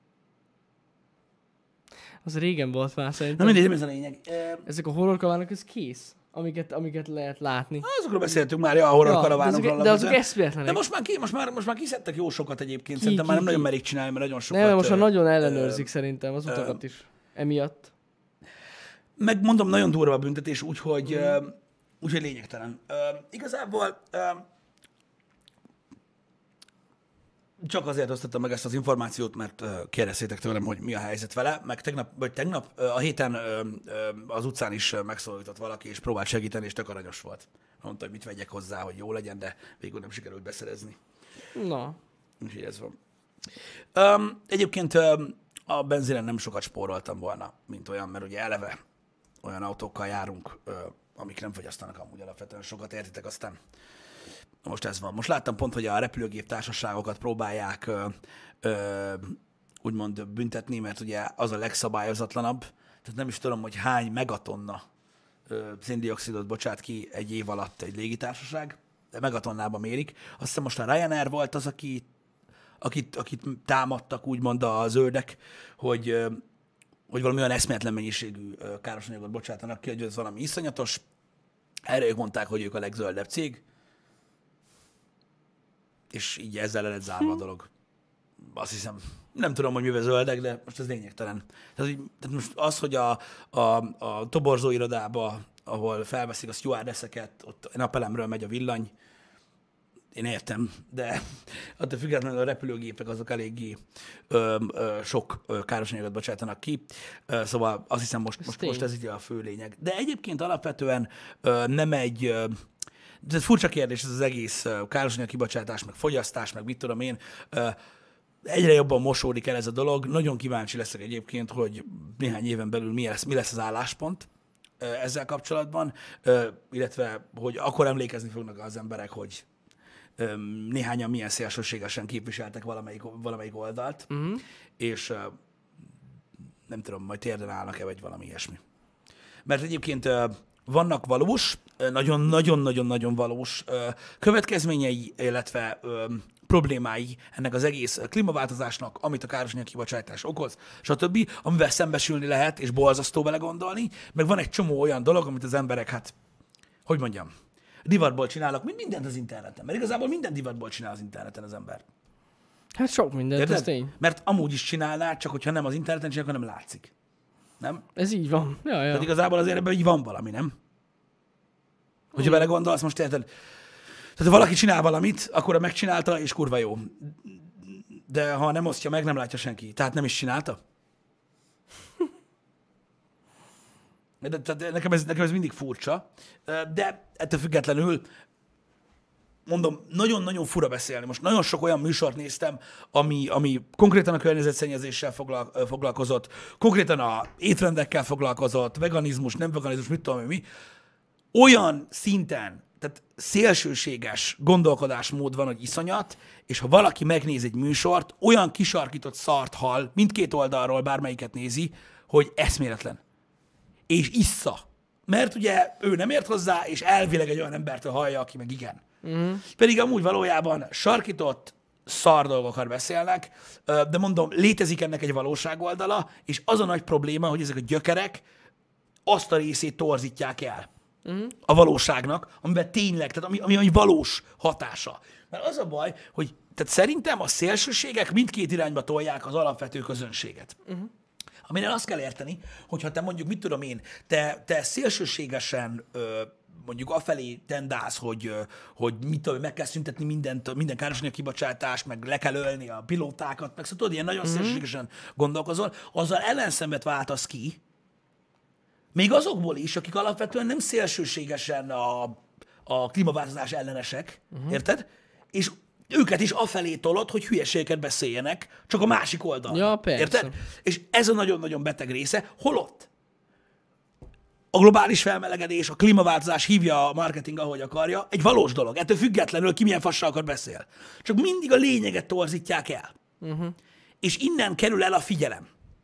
Az régen volt már szerintem. Na mindegy, nem ez a lényeg. Ezek a horror karavánok, ez kész. Amiket, amiket lehet látni. Azokról beszéltünk már, ja, a horror ja, karavánokról. De, de azok eszméletlenek. De most már, ki, most, már, most már kiszedtek jó sokat egyébként. Ki, szerintem ki, már nem ki. Nagyon merik csinálni, mert nagyon sokat... Nem, most már nagyon ellenőrzik ö, szerintem az utakat ö, is. Emiatt. Megmondom, nagyon durva a büntetés, úgyhogy, mm. úgyhogy lényegtelen. Uh, igazából uh, csak azért osztottam meg ezt az információt, mert uh, kérdeztétek tőlem, hogy mi a helyzet vele, meg tegnap, vagy tegnap uh, a héten uh, uh, az utcán is uh, megszólított valaki, és próbált segíteni, és tök aranyos volt. Mondta, hogy mit vegyek hozzá, hogy jó legyen, de végül nem sikerült beszerezni. Na. Úgyhogy ez van. Um, egyébként um, a benzinen nem sokat spóroltam volna, mint olyan, mert ugye eleve olyan autókkal járunk, uh, amik nem fogyasztanak amúgy alapvetően sokat, értitek aztán. Most ez van. Most láttam pont, hogy a repülőgép társaságokat próbálják ö, ö, úgymond büntetni, mert ugye az a legszabályozatlanabb. Tehát nem is tudom, hogy hány megatonna ö, széndioxidot bocsát ki egy év alatt egy légitársaság, de megatonnában mérik. Azt hiszem most a Ryanair volt az, aki, akit, akit támadtak úgymond a zöldek, hogy, ö, hogy valami olyan eszméletlen mennyiségű ö, károsanyagot bocsátanak ki, hogy ez valami iszonyatos. Erre ők mondták, hogy ők a legzöldebb cég. és így ezzel lett zárva a dolog. Azt hiszem, nem tudom, hogy mivel zöldek, de most ez lényegtelen. Tehát, hogy, tehát most az, hogy a, a, a toborzó irodába, ahol felveszik a stewardesseket, ott napelemről megy a villany, én értem, de attól függetlenül a repülőgépek azok eléggé ö, ö, sok ö, káros anyagot bocsátanak ki, ö, szóval azt hiszem most, most, most ez így a fő lényeg. De egyébként alapvetően ö, nem egy, ö, de ez furcsa kérdés ez az egész ö, káros anyag kibocsátás, meg fogyasztás, meg mit tudom én, ö, egyre jobban mosódik el ez a dolog. Nagyon kíváncsi leszek egyébként, hogy néhány éven belül mi lesz, mi lesz az álláspont ö, ezzel kapcsolatban, ö, illetve hogy akkor emlékezni fognak az emberek, hogy néhányan milyen szélsőségesen képviseltek valamelyik, valamelyik oldalt, uh-huh. és nem tudom, majd térden állnak-e, vagy valami ilyesmi. Mert egyébként vannak valós, nagyon-nagyon-nagyon-nagyon valós következményei, illetve problémái ennek az egész klímaváltozásnak, amit a károsanyag kibocsátás okoz, stb., amivel szembesülni lehet, és borzasztó vele gondolni, meg van egy csomó olyan dolog, amit az emberek, hát, hogy mondjam, divatból csinálok, mint mindent az interneten. Mert igazából minden divatból csinál az interneten az ember. Hát sok mindent, ez tény. Mert amúgy is csinálná, csak hogyha nem az interneten csinál, akkor nem látszik. Nem? Ez így van. Ja, ja. Tehát igazából azért ebben így van valami, nem? Hogyha belegondolsz, most érted, tehát ha valaki csinál valamit, akkor megcsinálta, és kurva jó. De ha nem osztja meg, nem látja senki. Tehát nem is csinálta. De, de nekem, ez, nekem ez mindig furcsa, de ettől függetlenül mondom, nagyon-nagyon fura beszélni. Most nagyon sok olyan műsort néztem, ami, ami konkrétan a környezetszennyezéssel foglal, foglalkozott, konkrétan a étrendekkel foglalkozott, veganizmus, nem veganizmus, mit tudom mi. Olyan szinten, tehát szélsőséges gondolkodásmód van, hogy iszonyat, és ha valaki megnéz egy műsort, olyan kisarkított szart hall, mindkét oldalról bármelyiket nézi, hogy eszméletlen. És issza. Mert ugye ő nem ért hozzá, és elvileg egy olyan embertől hallja, aki meg igen. Mm. Pedig amúgy valójában sarkított szar dolgokat beszélnek, de mondom, létezik ennek egy valóságoldala, és az a nagy probléma, hogy ezek a gyökerek azt a részét torzítják el mm. a valóságnak, amiben tényleg, tehát ami, ami, ami valós hatása. Mert az a baj, hogy tehát szerintem a szélsőségek mindkét irányba tolják az alapvető közönséget. Mm. Aminél azt kell érteni, hogyha te mondjuk, mit tudom én, te, te szélsőségesen ö, mondjuk afelé tendálsz, hogy, ö, hogy mit tudom, meg kell szüntetni mindent, minden károsanyag kibocsátást, meg le kell ölni a pilótákat, meg szóval tudod, ilyen nagyon mm-hmm. szélsőségesen gondolkozol, azzal ellenszenvet váltasz ki, még azokból is, akik alapvetően nem szélsőségesen a, a klímaváltozás ellenesek, mm-hmm. érted? És őket is afelé tolod, hogy hülyeségeket beszéljenek, csak a másik oldalon. Ja, persze. Érted? És ez a nagyon-nagyon beteg része. Holott a globális felmelegedés, a klímaváltozás hívja a marketing, ahogy akarja, egy valós dolog. Ettől függetlenül ki milyen fasságokat beszél. Csak mindig a lényeget torzítják el. Uh-huh. És innen kerül el a figyelem.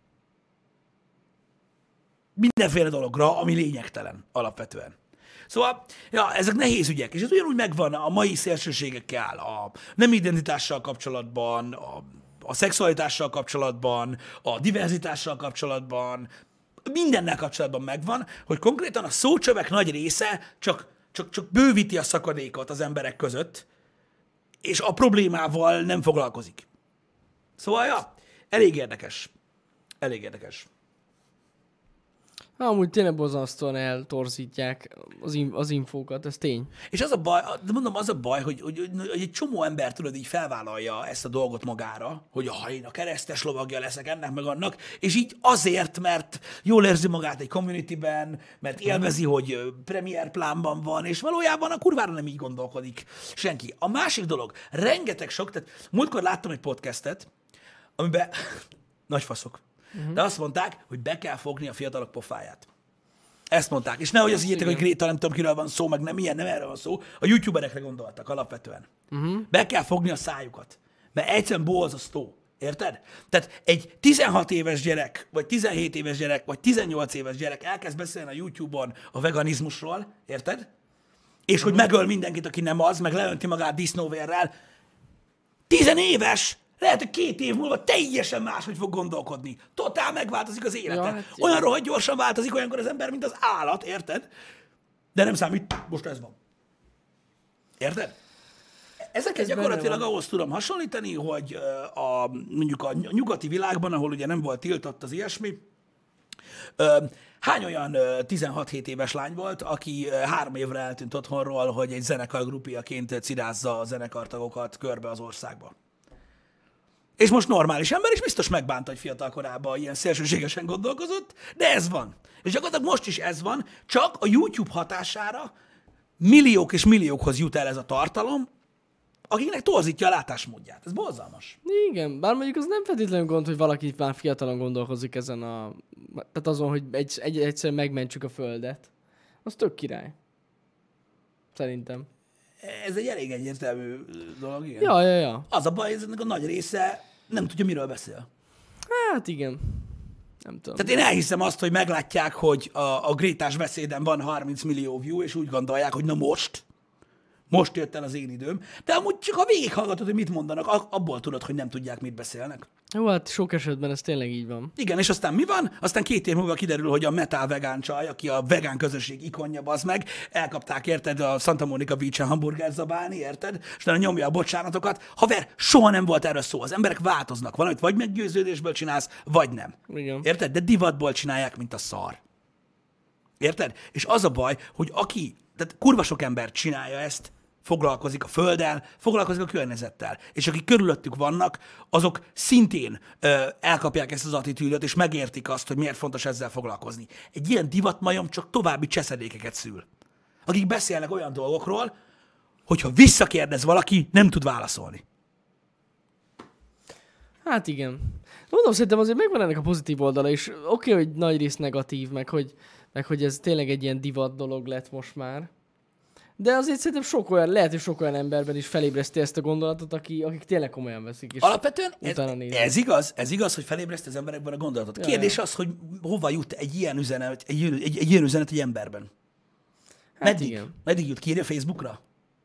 Mindenféle dologra, ami lényegtelen alapvetően. Szóval, ja, ezek nehéz ügyek, és ez ugyanúgy megvan a mai szélsőségekkel, a nem identitással kapcsolatban, a, a szexualitással kapcsolatban, a diverzitással kapcsolatban, mindennel kapcsolatban megvan, hogy konkrétan a szócsövek nagy része csak, csak, csak bővíti a szakadékot az emberek között, és a problémával nem foglalkozik. Szóval, ja, elég érdekes. Elég érdekes. Amúgy tényleg borzasztóan eltorzítják az, in- az infókat, ez tény. És az a baj, de mondom, az a baj, hogy, hogy, hogy egy csomó ember tudod így felvállalja ezt a dolgot magára, hogy ah, én a keresztes lovagja leszek ennek meg annak, és így azért, mert jól érzi magát egy communityben, mert élvezi, hogy premier plánban van, és valójában a kurvára nem így gondolkodik senki. A másik dolog, rengeteg sok, tehát múltkor láttam egy podcastet, amiben nagy faszok. Uh-huh. De azt mondták, hogy be kell fogni a fiatalok pofáját. Ezt mondták. És nehogy az higgyétek, hogy Gréta, nem tudom, kiről van szó, meg nem ilyen, nem erről van szó. A youtuberekre gondoltak alapvetően. Uh-huh. Be kell fogni a szájukat. Mert egyszerűen borzasztó. Érted? Tehát egy tizenhat éves gyerek, vagy tizenhét éves gyerek, vagy tizennyolc éves gyerek elkezd beszélni a YouTube-on a veganizmusról, érted? És uh-huh. hogy megöl mindenkit, aki nem az, meg leönti magát disznóvérrel. Tizenéves! Lehet, hogy két év múlva teljesen máshogy fog gondolkodni. Totál megváltozik az élete. Ja, hát olyan rohadt gyorsan változik olyankor az ember, mint az állat, érted? De nem számít, most ez van. Érted? Ezeket Ez gyakorlatilag ahhoz tudom hasonlítani, hogy a, mondjuk a nyugati világban, ahol ugye nem volt tiltott az ilyesmi, hány olyan tizenhat-hét éves lány volt, aki három évre eltűnt otthonról, hogy egy zenekar grupiaként cirázza a zenekartagokat körbe az országba. És most normális ember is biztos megbánta, hogy fiatal korában ilyen szélsőségesen gondolkozott, de ez van. És gyakorlatilag most is ez van, csak a YouTube hatására milliók és milliókhoz jut el ez a tartalom, akiknek torzítja a látásmódját. Ez borzalmas. Igen, bár mondjuk az nem feltétlenül gond, hogy valaki már fiatalon gondolkozik ezen a... Tehát azon, hogy egy, egy, egyszerűen megmentsük a Földet. Az tök király. Szerintem. Ez egy elég egyértelmű dolog, igen. Ja, ja, ja. Az a baj, hogy ennek a nagy része nem tudja, miről beszél. Hát igen. Nem tudom. Tehát én elhiszem azt, hogy meglátják, hogy a, a Grétás beszéden van harminc millió view, és úgy gondolják, hogy na most, most jött el az én időm. De amúgy csak ha végighallgatod, hogy mit mondanak, abból tudod, hogy nem tudják, mit beszélnek. Jó, hát sok esetben ez tényleg így van. Igen, és aztán mi van? Aztán két év múlva kiderül, hogy a Metal vegán csaj, aki a vegán közösség ikonja, bazd meg, elkapták, érted, a Santa Monica Beach-en hamburger zabálni, érted? És utána nyomja a bocsánatokat. Haver, soha nem volt erről szó. Az emberek változnak. Valamit vagy meggyőződésből csinálsz, vagy nem. Igen. Érted? De divatból csinálják, mint a szar. Érted? És az a baj, hogy aki, tehát kurva sok ember csinálja ezt, foglalkozik a földdel, foglalkozik a környezettel. És akik körülöttük vannak, azok szintén ö, elkapják ezt az attitűdöt, és megértik azt, hogy miért fontos ezzel foglalkozni. Egy ilyen divatmajom csak további cseszedékeket szül. Akik beszélnek olyan dolgokról, hogyha visszakérdez valaki, nem tud válaszolni. Hát igen. Mondom, szerintem azért megvan ennek a pozitív oldala, és oké, okay, hogy nagy rész negatív, meg hogy, meg hogy ez tényleg egy ilyen divat dolog lett most már. De azért szerintem sok olyan, lehet, hogy sok olyan emberben is felébreszti ezt a gondolatot, aki, akik tényleg komolyan veszik. És alapvetően ez, ez igaz, ez igaz, hogy felébreszti az emberekben a gondolatot. Kérdés ja, az, hogy hova jut egy ilyen üzenet, egy, egy, egy ilyen üzenet egy emberben. Hát meddig? Igen. Meddig jut? Kírja Facebookra?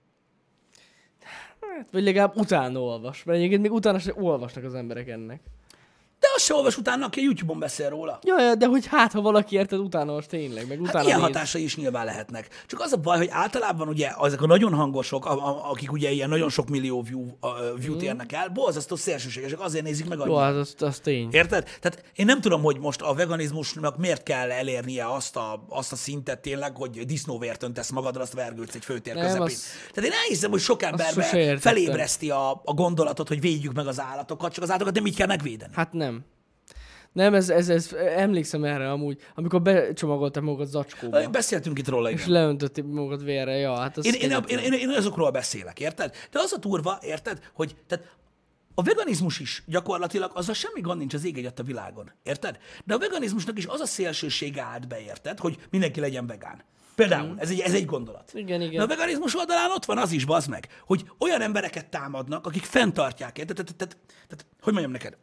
Hát, vagy legalább utána olvas, mert egyébként még utána sem olvasnak az emberek ennek. De azt se olvas utána, aki a YouTube-on beszél róla. Ja, de hogy hát, ha valaki érted, utána most tényleg, meg utána hát ilyen néz. hatásai is nyilván lehetnek. Csak az a baj, hogy általában ugye ezek a nagyon hangosok, a, a, akik ugye ilyen nagyon sok millió view, a, view-t érnek el, borzasztó szélsőségesek, azért nézik meg annyit. Jó, hát az, az tény. Érted? Tehát én nem tudom, hogy most a veganizmusnak miért kell elérnie azt a, azt a szintet tényleg, hogy disznóvért öntesz magadra, azt vergődsz egy főtér nem, közepén. az... Tehát én elhiszem, hogy sok emberben felébreszti a, a gondolatot, hogy védjük meg az állatokat, csak az állatokat nem így kell megvédeni. Hát nem. Nem, ez, ez, ez, emlékszem erre amúgy, amikor becsomagolták magukat zacskóba. Beszéltünk itt róla, igen. És leöntötték magukat vérre, ja, hát az... Én, én, én, én, én azokról beszélek, érted? De az a turva, érted, hogy tehát a veganizmus is gyakorlatilag, azzal semmi gond nincs az ég egyet a világon, érted? De a veganizmusnak is az a szélsősége állt be, érted, hogy mindenki legyen vegán. Például, mm. ez, egy, ez egy gondolat. Igen, igen. De a veganizmus oldalán ott van az is, bazd meg, hogy olyan embereket támadnak, akik fenntartják, érted? Tehát, tehát, tehát, hogy mondjam neked?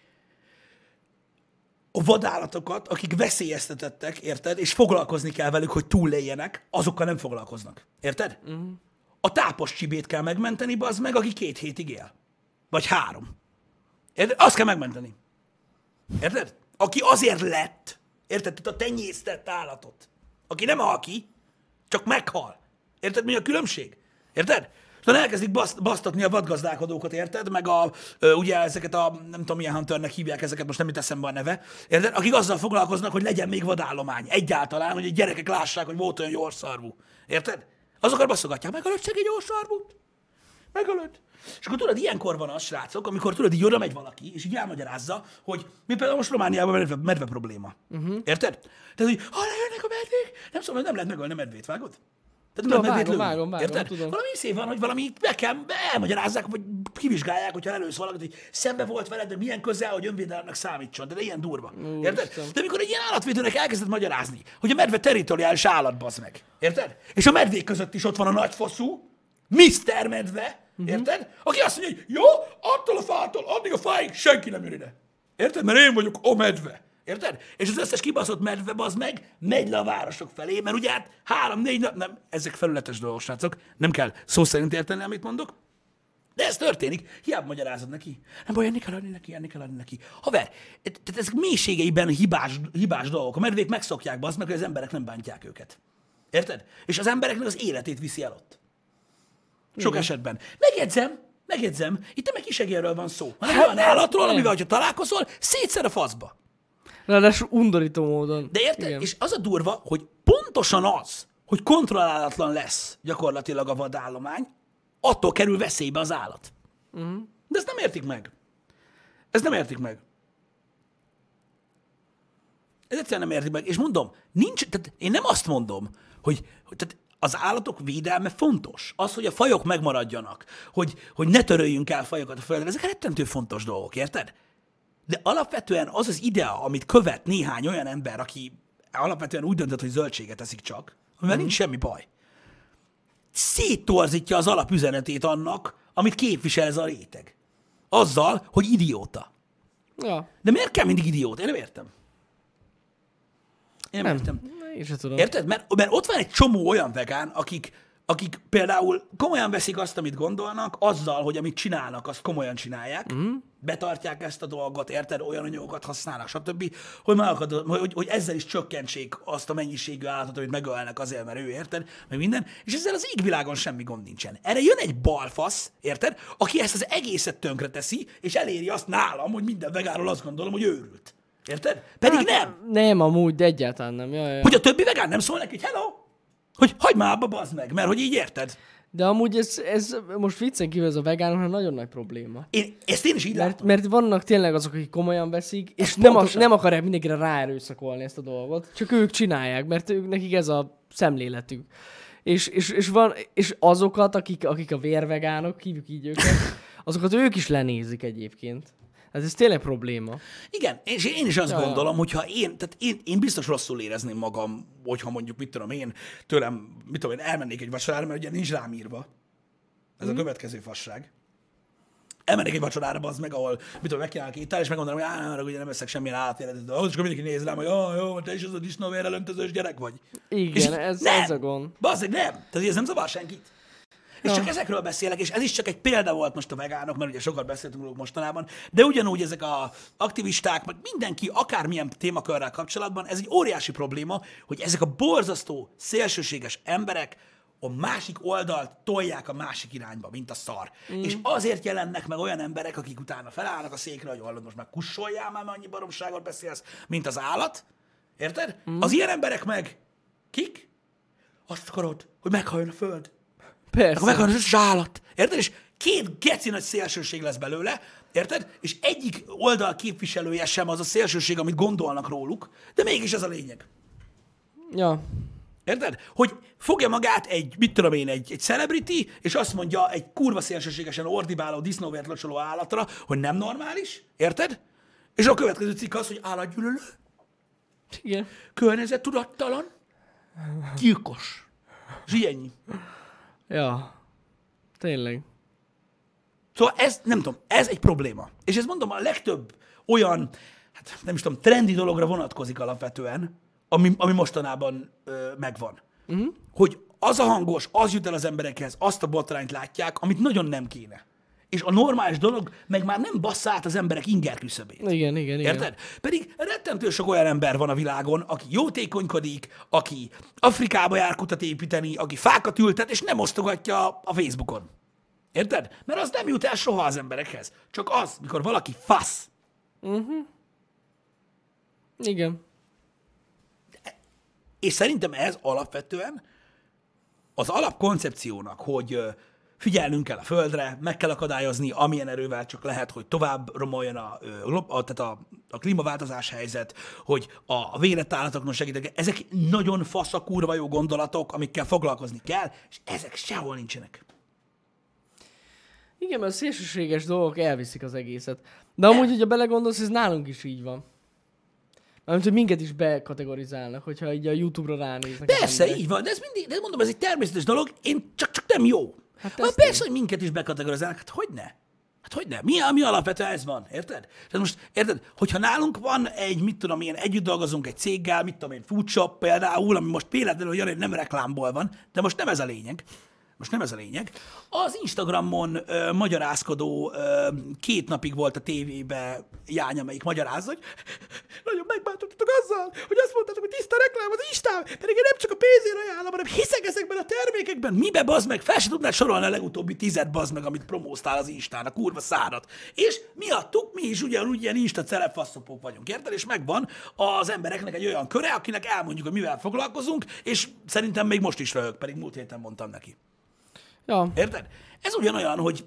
A vadállatokat, akik veszélyeztetettek, érted? És foglalkozni kell velük, hogy túléljenek, azokkal nem foglalkoznak. Érted? Uh-huh. A tápos csibét kell megmenteni, bazd meg, aki két hétig él. Vagy három. Érted? Azt kell megmenteni. Érted? Aki azért lett, érted? Tehát a tenyésztett állatot. Aki nem hal ki, csak meghal. Érted, mi a különbség? Érted? Szóval elkezdik baszt, basztatni a vadgazdálkodókat, érted? Meg a, ö, ugye ezeket a, nem tudom milyen hunternek hívják ezeket, most nem jut eszembe a neve, érted? Akik azzal foglalkoznak, hogy legyen még vadállomány. Egyáltalán, hogy a gyerekek lássák, hogy volt olyan gyorszarvú. Érted? Azokat baszogatják, megölött szegény gyorszarvút. Megölött. És akkor tudod, ilyenkor van az, srácok, amikor tudod, így oda megy valaki, és így elmagyarázza, hogy mi például most Romániában medve, medve probléma. Uh-huh. Érted? Tehát, hogy ha lejönnek a medvék, nem szóval nem lehet megölni a medvét, vágod? Tehát tudom, vágom, vágom, vágom, érted? Tudom. Valami szép van, hogy valami be kell, elmagyarázzák, vagy kivizsgálják, hogyha elősz valakit, hogy szembe volt veled, de milyen közel, hogy önvédelemnek számítson. De, de ilyen durva. Ú, érted? Isten. De amikor egy ilyen állatvédőnek elkezdett magyarázni, hogy a medve territoriális állat, bazd meg. Érted? És a medvék között is ott van a nagyfaszú, miszter Medve, uh-huh. érted? Aki azt mondja, hogy jó, attól a fától, addig a fáig senki nem jön ide. Érted? Mert én vagyok a medve. Érted? És az összes kibaszott medve, az meg, megy le a városok felé, mert ugye hát három-négy nap, nem, ezek felületes dolgok, srácok, nem kell szó szerint érteni, amit mondok, de ez történik, hiába magyarázod neki. Nem baj, enni kell adni neki, enni kell adni neki. Haver, tehát ezek mélységeiben hibás, hibás dolgok. A medvék megszokják, bazd meg, hogy az emberek nem bántják őket. Érted? És az embereknek az életét viszi el ott. Sok Igen. esetben. Megjegyzem, megjegyzem, itt nem egy kisegérről van szó, hanem hát, olyan állatról, nem. amivel, ha találkozol, szétszer a faszba. Ráadásul undorító módon. De érted? Igen. És az a durva, hogy pontosan az, hogy kontrollálatlan lesz gyakorlatilag a vadállomány, attól kerül veszélybe az állat. Uh-huh. De ezt nem értik meg. Ezt nem értik meg. Ez egyszerűen nem értik meg. És mondom, nincs, tehát én nem azt mondom, hogy, hogy tehát az állatok védelme fontos. Az, hogy a fajok megmaradjanak, hogy, hogy ne töröljünk el fajokat a földre, ezek rettentő fontos dolgok, érted? De alapvetően az az idea, amit követ néhány olyan ember, aki alapvetően úgy döntött, hogy zöldséget eszik csak, amivel mm. nincs semmi baj, széttorzítja az alapüzenetét annak, amit képvisel ez a réteg. Azzal, hogy idióta. Ja. De miért kell mindig idióta? Én nem értem. Én nem, nem értem. Én sem tudom. Érted? Mert, mert ott van egy csomó olyan vegán, akik, akik például komolyan veszik azt, amit gondolnak, azzal, hogy amit csinálnak, azt komolyan csinálják, mm. betartják ezt a dolgot, érted? Olyan anyagokat használnak, stb., hogy, akad, hogy, hogy ezzel is csökkentsék azt a mennyiségű állatot, amit megölnek azért, mert ő, érted? Meg minden. És ezzel az égvilágon semmi gond nincsen. Erre jön egy balfasz, érted? Aki ezt az egészet tönkre teszi, és eléri azt nálam, hogy minden vegánról azt gondolom, hogy őrült. Érted? Pedig hát, nem. Nem, amúgy, de egyáltalán nem. Ja, ja. Hogy a többi vegán nem szól neki, hogy hello, hogy hagyd már abba, bazd meg, mert hogy így érted. De amúgy ez, ez most viccen kívül ez a vegánoknak nagyon nagy probléma. Én, ezt én is így mert, látom. Mert vannak tényleg azok, akik komolyan veszik, és nem, a, nem akarják mindenkire ráerőszakolni ezt a dolgot, csak ők csinálják, mert ők, nekik ez a szemléletük. És, és, és, van, és azokat, akik, akik a vérvegánok, hívjuk így őket, azokat ők is lenézik egyébként. Hát ez tényleg probléma. Igen, és én is azt ja. gondolom, hogyha én, tehát én, én biztos rosszul érezném magam, hogyha mondjuk, mit tudom én, tőlem, mit tudom én, elmennék egy vacsorára, mert ugye nincs rám írva. Ez mm. a következő fasság. Elmennék egy vacsorára, az meg, ahol, mit tudom, megkínálnak étel, és megmondanám, hogy áh, ugye nem eszek semmilyen állatéletet, de az, és mindenki néz rám, hogy jó, jó, te is az a disznóvérrel öntözős gyerek vagy. Igen, ez, ez a gond. Bazzeg, nem. Tehát ez nem zavar senkit. És csak ezekről beszélek, és ez is csak egy példa volt most a vegánok, mert ugye sokat beszéltünk róluk mostanában, de ugyanúgy ezek az aktivisták, meg mindenki akármilyen témakörrel kapcsolatban, ez egy óriási probléma, hogy ezek a borzasztó, szélsőséges emberek a másik oldalt tolják a másik irányba, mint a szar. Mm. És azért jelennek meg olyan emberek, akik utána felállnak a székre, hogy hallod, most már kussoljál már, mert annyi baromságot beszélsz, mint az állat. Érted? Mm. Az ilyen emberek meg kik? Azt akarod, hogy meghalljon a föld. Persze. Akkor megvan az összes állat. Érted? És két geci nagy szélsőség lesz belőle, érted? És egyik oldal képviselője sem az a szélsőség, amit gondolnak róluk, de mégis ez a lényeg. Ja. Érted? Hogy fogja magát egy, mit tudom én, egy, egy celebrity, és azt mondja egy kurva szélsőségesen ordibáló, disznóvért locsoló állatra, hogy nem normális, érted? És a következő cikk az, hogy állatgyűlölő, igen. környezettudattalan, gyilkos. És ennyi. Ja, tényleg. Szóval ez, nem tudom, ez egy probléma. És ezt mondom, a legtöbb olyan, hát nem is tudom, trendi dologra vonatkozik alapvetően, ami, ami mostanában ö, megvan. Uh-huh. Hogy az a hangos, az jut el az emberekhez, azt a botrányt látják, amit nagyon nem kéne. És a normális dolog meg már nem bassza át az emberek inger küszöbét. Igen, igen, igen. Érted? Pedig rettentő sok olyan ember van a világon, aki jótékonykodik, aki Afrikába jár kutat építeni, aki fákat ültet, és nem osztogatja a Facebookon. Érted? Mert az nem jut el soha az emberekhez. Csak az, mikor valaki fasz. Uh-huh. Igen. És szerintem ez alapvetően az alapkoncepciónak, hogy figyelnünk kell a földre, meg kell akadályozni, amilyen erővel csak lehet, hogy tovább romoljon a, a, tehát a, a klímaváltozás helyzet, hogy a, a védett állatoknak segítek. Ezek nagyon fasz a kurva jó gondolatok, amikkel foglalkozni kell, és ezek sehol nincsenek. Igen, mert a szélsőséges dolgok elviszik az egészet. De amúgy, hogyha belegondolsz, ez nálunk is így van. Mármint, hogy minket is bekategorizálnak, hogyha így a YouTube-ra ránéznek. Persze, így van, de ez mindig, de mondom, ez egy természetes dolog, én csak, csak nem jó. Hát ah, persze, hogy minket is bekategorizálnak, hát hogyne? Hát hogyne? Mi, mi alapvetően ez van, érted? Tehát most, érted, hogyha nálunk van egy, mit tudom én, együtt dolgozunk egy céggel, mit tudom én, Foodshop például, ami most például, Jani, nem reklámból van, de most nem ez a lényeg. most nem ez a lényeg. Az Instagramon ö, magyarázkodó ö, két napig volt a tévébe jány, amelyik magyarázza, hogy nagyon megbántottatok azzal, hogy azt mondtátok, hogy tiszta reklám az Instán, pedig én nem csak a pénzért ajánlom, hanem hiszek ezekben a termékekben. Mibe, bazd meg? Fel se tudnád sorolni a legutóbbi tized, bazd meg, amit promóztál az Instán, a kurva szárat. És miattuk mi is ugyanúgy ilyen Insta celebfaszopók vagyunk, érted? És megvan az embereknek egy olyan köre, akinek elmondjuk, hogy mivel foglalkozunk, és szerintem még most is röhög, pedig múlt héten mondtam neki. Ja. Érted? Ez ugyanolyan, hogy...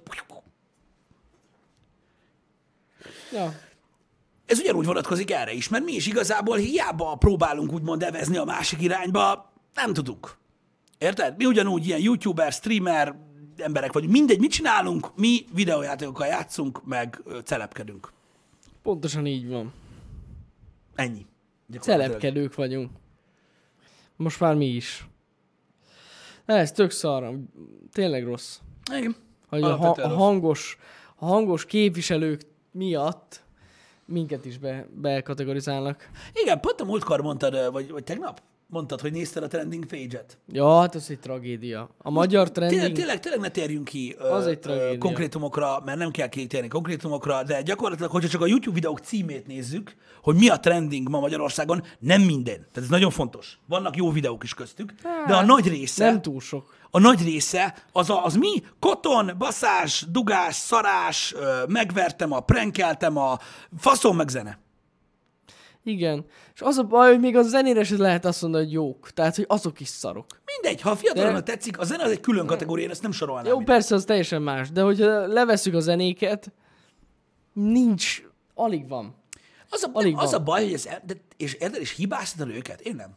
Ja. Ez ugyanúgy vonatkozik erre is, mert mi is igazából hiába próbálunk úgymond evezni a másik irányba, nem tudunk. Érted? Mi ugyanúgy ilyen youtuber, streamer emberek vagyunk. Mindegy, mit csinálunk, mi videójátékokkal játszunk, meg ö, celebkedünk. Pontosan így van. Ennyi. Celebkedők vagyunk. Most már mi is. De ez tök szarra. Tényleg rossz. Igen. Hogy a, ha- a, hangos, a hangos képviselők miatt minket is be, bekategorizálnak. Igen, pont a múltkor mondtad, vagy, vagy tegnap mondtad, hogy nézted a trending page-et. Ja, hát ez egy tragédia. A magyar trending... Tényleg, tényleg, tényleg ne térjünk ki ö, az egy ö, konkrétumokra, mert nem kell kitérni konkrétumokra, de gyakorlatilag, hogyha csak a YouTube videók címét nézzük, hogy mi a trending ma Magyarországon, nem minden. Tehát ez nagyon fontos. Vannak jó videók is köztük, hát, de a nagy része... Nem túl sok. A nagy része az, a, az mi? Koton, baszás, dugás, szarás, ö, megvertem a, prankeltem a, faszom meg zene. Igen. És az a baj, hogy még a zenére is lehet azt mondani, hogy jók. Tehát, hogy azok is szarok. Mindegy, ha a fiataloknak de... tetszik, a zene az egy külön kategória, én ezt nem sorolnám. Jó, ide. persze, az teljesen más. De hogyha levesszük a zenéket, nincs, alig van. Az a, alig az van. a baj, hogy ez, de, és érted, és hibáztatod őket? Én nem.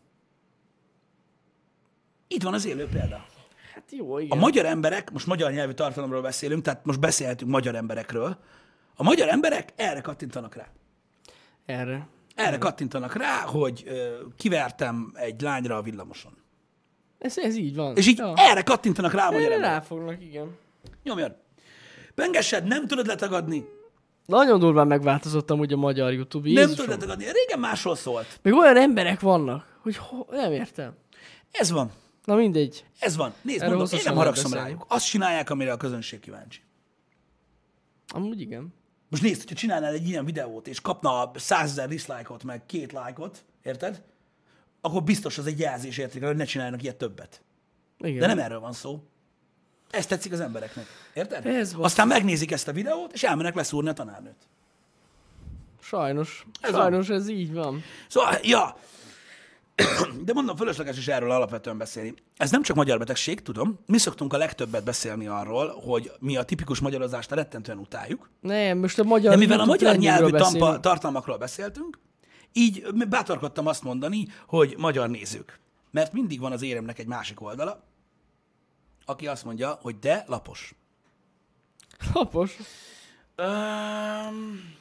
Itt van az élő példa. Hát jó, igen. A magyar emberek, most magyar nyelvű tartalomról beszélünk, tehát most beszélhetünk magyar emberekről. A magyar emberek erre kattintanak rá. Erre. Erre kattintanak rá, hogy ö, kivertem egy lányra a villamoson. Ez, ez így van. És így ja. erre kattintanak rá a magyar Erre emberek. ráfognak, igen. Nyomjad. Pengessed, nem tudod letagadni. Nagyon durván megváltozottam ugye a magyar YouTube. Nem tudod letagadni. Régen másról szólt. Még olyan emberek vannak, hogy ho- nem értem. Ez van. Na mindegy. Ez van. Nézd, Erről mondom, én nem hosszasan haragszom lehet rájuk. Azt csinálják, amire a közönség kíváncsi. Amúgy igen. Most nézd, hogyha csinálnál egy ilyen videót, és kapna százezer dislike-ot, meg két like-ot, érted? Akkor biztos az egy jelzés értékel, hogy ne csináljanak ilyet többet. Igen. De nem erről van szó. Ez tetszik az embereknek. Érted? Ez van. Aztán megnézik ezt a videót, és elmennek leszúrni a tanárnőt. Sajnos. Ez Sajnos ez így van. Szóval, ja. De mondom, fölösleges is erről alapvetően beszélni. Ez nem csak magyar betegség, tudom. Mi szoktunk a legtöbbet beszélni arról, hogy mi a tipikus magyarozást rettentően utáljuk. Nem, most a magyar... De mivel a YouTube magyar nyelvű trendingről tampa, tartalmakról beszéltünk, így bátorkodtam azt mondani, hogy magyar nézők. Mert mindig van az éremnek egy másik oldala, aki azt mondja, hogy de lapos. Lapos? Um...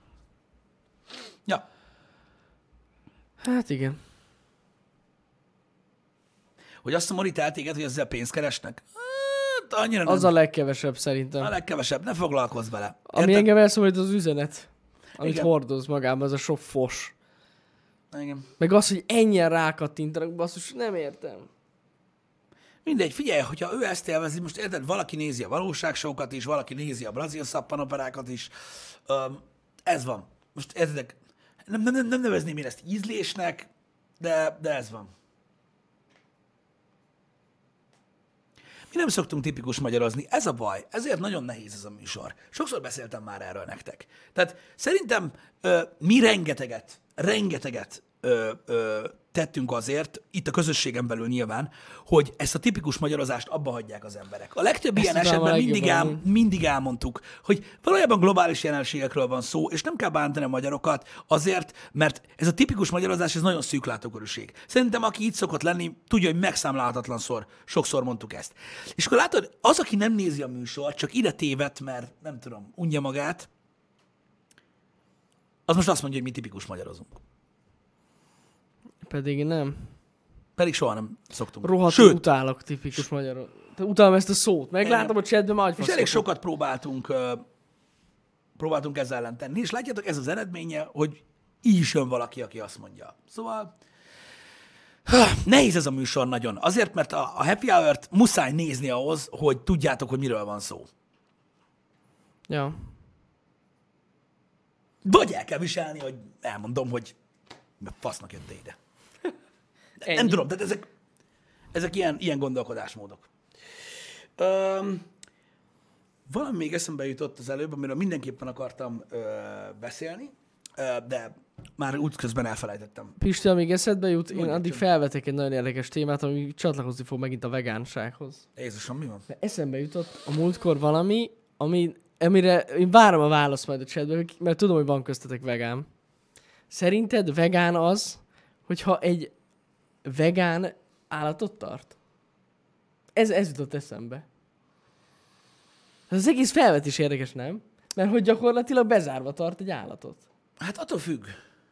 Ja. Hát igen. Hogy azt mondom, hogy téged, hogy ezzel pénzt keresnek? Hát, annyira nem. Az a legkevesebb szerintem. A legkevesebb, ne foglalkozz vele. Ami Érted? engem elszomorít, az üzenet, amit Igen. hordoz magában, az a sok fos. Igen. Meg az, hogy ennyien rákattintanak, basszus, nem értem. Mindegy, figyelj, hogyha ő ezt élvezi, most érted, valaki nézi a valóságsókat is, valaki nézi a brazil szappanoperákat is, Öm, ez van. Most értedek, nem, nem, nem nevezném én ezt ízlésnek, de, de ez van. Mi nem szoktunk tipikus magyarozni, ez a baj, ezért nagyon nehéz ez a műsor. Sokszor beszéltem már erről nektek. Tehát szerintem ö, mi rengeteget, rengeteget ö, ö, tettünk azért, itt a közösségen belül nyilván, hogy ezt a tipikus magyarozást abba hagyják az emberek. A legtöbb Ezt ilyen tudom, esetben a mindig, legjobban. el, mindig elmondtuk, hogy valójában globális jelenségekről van szó, és nem kell bántani a magyarokat azért, mert ez a tipikus magyarozás, ez nagyon szűk látókörűség. Szerintem, aki itt szokott lenni, tudja, hogy megszámlálhatatlanszor, sokszor mondtuk ezt. És akkor látod, az, aki nem nézi a műsort, csak ide tévedt, mert nem tudom, unja magát, az most azt mondja, hogy mi tipikus magyarozunk. Pedig nem. Pedig soha nem szoktunk. Rohadt Sőt, utálok tipikus magyarul. Utálom ezt a szót. Meglátom a chatben, majd és elég sokat próbáltunk, ö, próbáltunk ezzel ellen tenni, és látjátok, ez az eredménye, hogy így is jön valaki, aki azt mondja. Szóval Nehéz ez a műsor nagyon. Azért, mert a, a Happy Hour-t muszáj nézni ahhoz, hogy tudjátok, hogy miről van szó. Ja. Vagy el kell viselni, hogy elmondom, hogy fasznak jöttél ide. Nem tudom, tehát ezek, ezek ilyen, ilyen gondolkodásmódok. Öm, valami még eszembe jutott az előbb, amiről mindenképpen akartam ö, beszélni, ö, de már útközben elfelejtettem. Pisti, amíg eszedbe jut, én Mondjad addig csak. felvetek egy nagyon érdekes témát, ami csatlakozni fog megint a vegánsághoz. Jézusom, mi van? Mert eszembe jutott a múltkor valami, ami, amire én várom a választ majd a chatben, mert tudom, hogy van köztetek vegán. Szerinted vegán az, hogyha egy vegán állatot tart? Ez, ez jutott eszembe. Ez az egész felvetés érdekes, nem? Mert hogy gyakorlatilag bezárva tart egy állatot. Hát attól függ.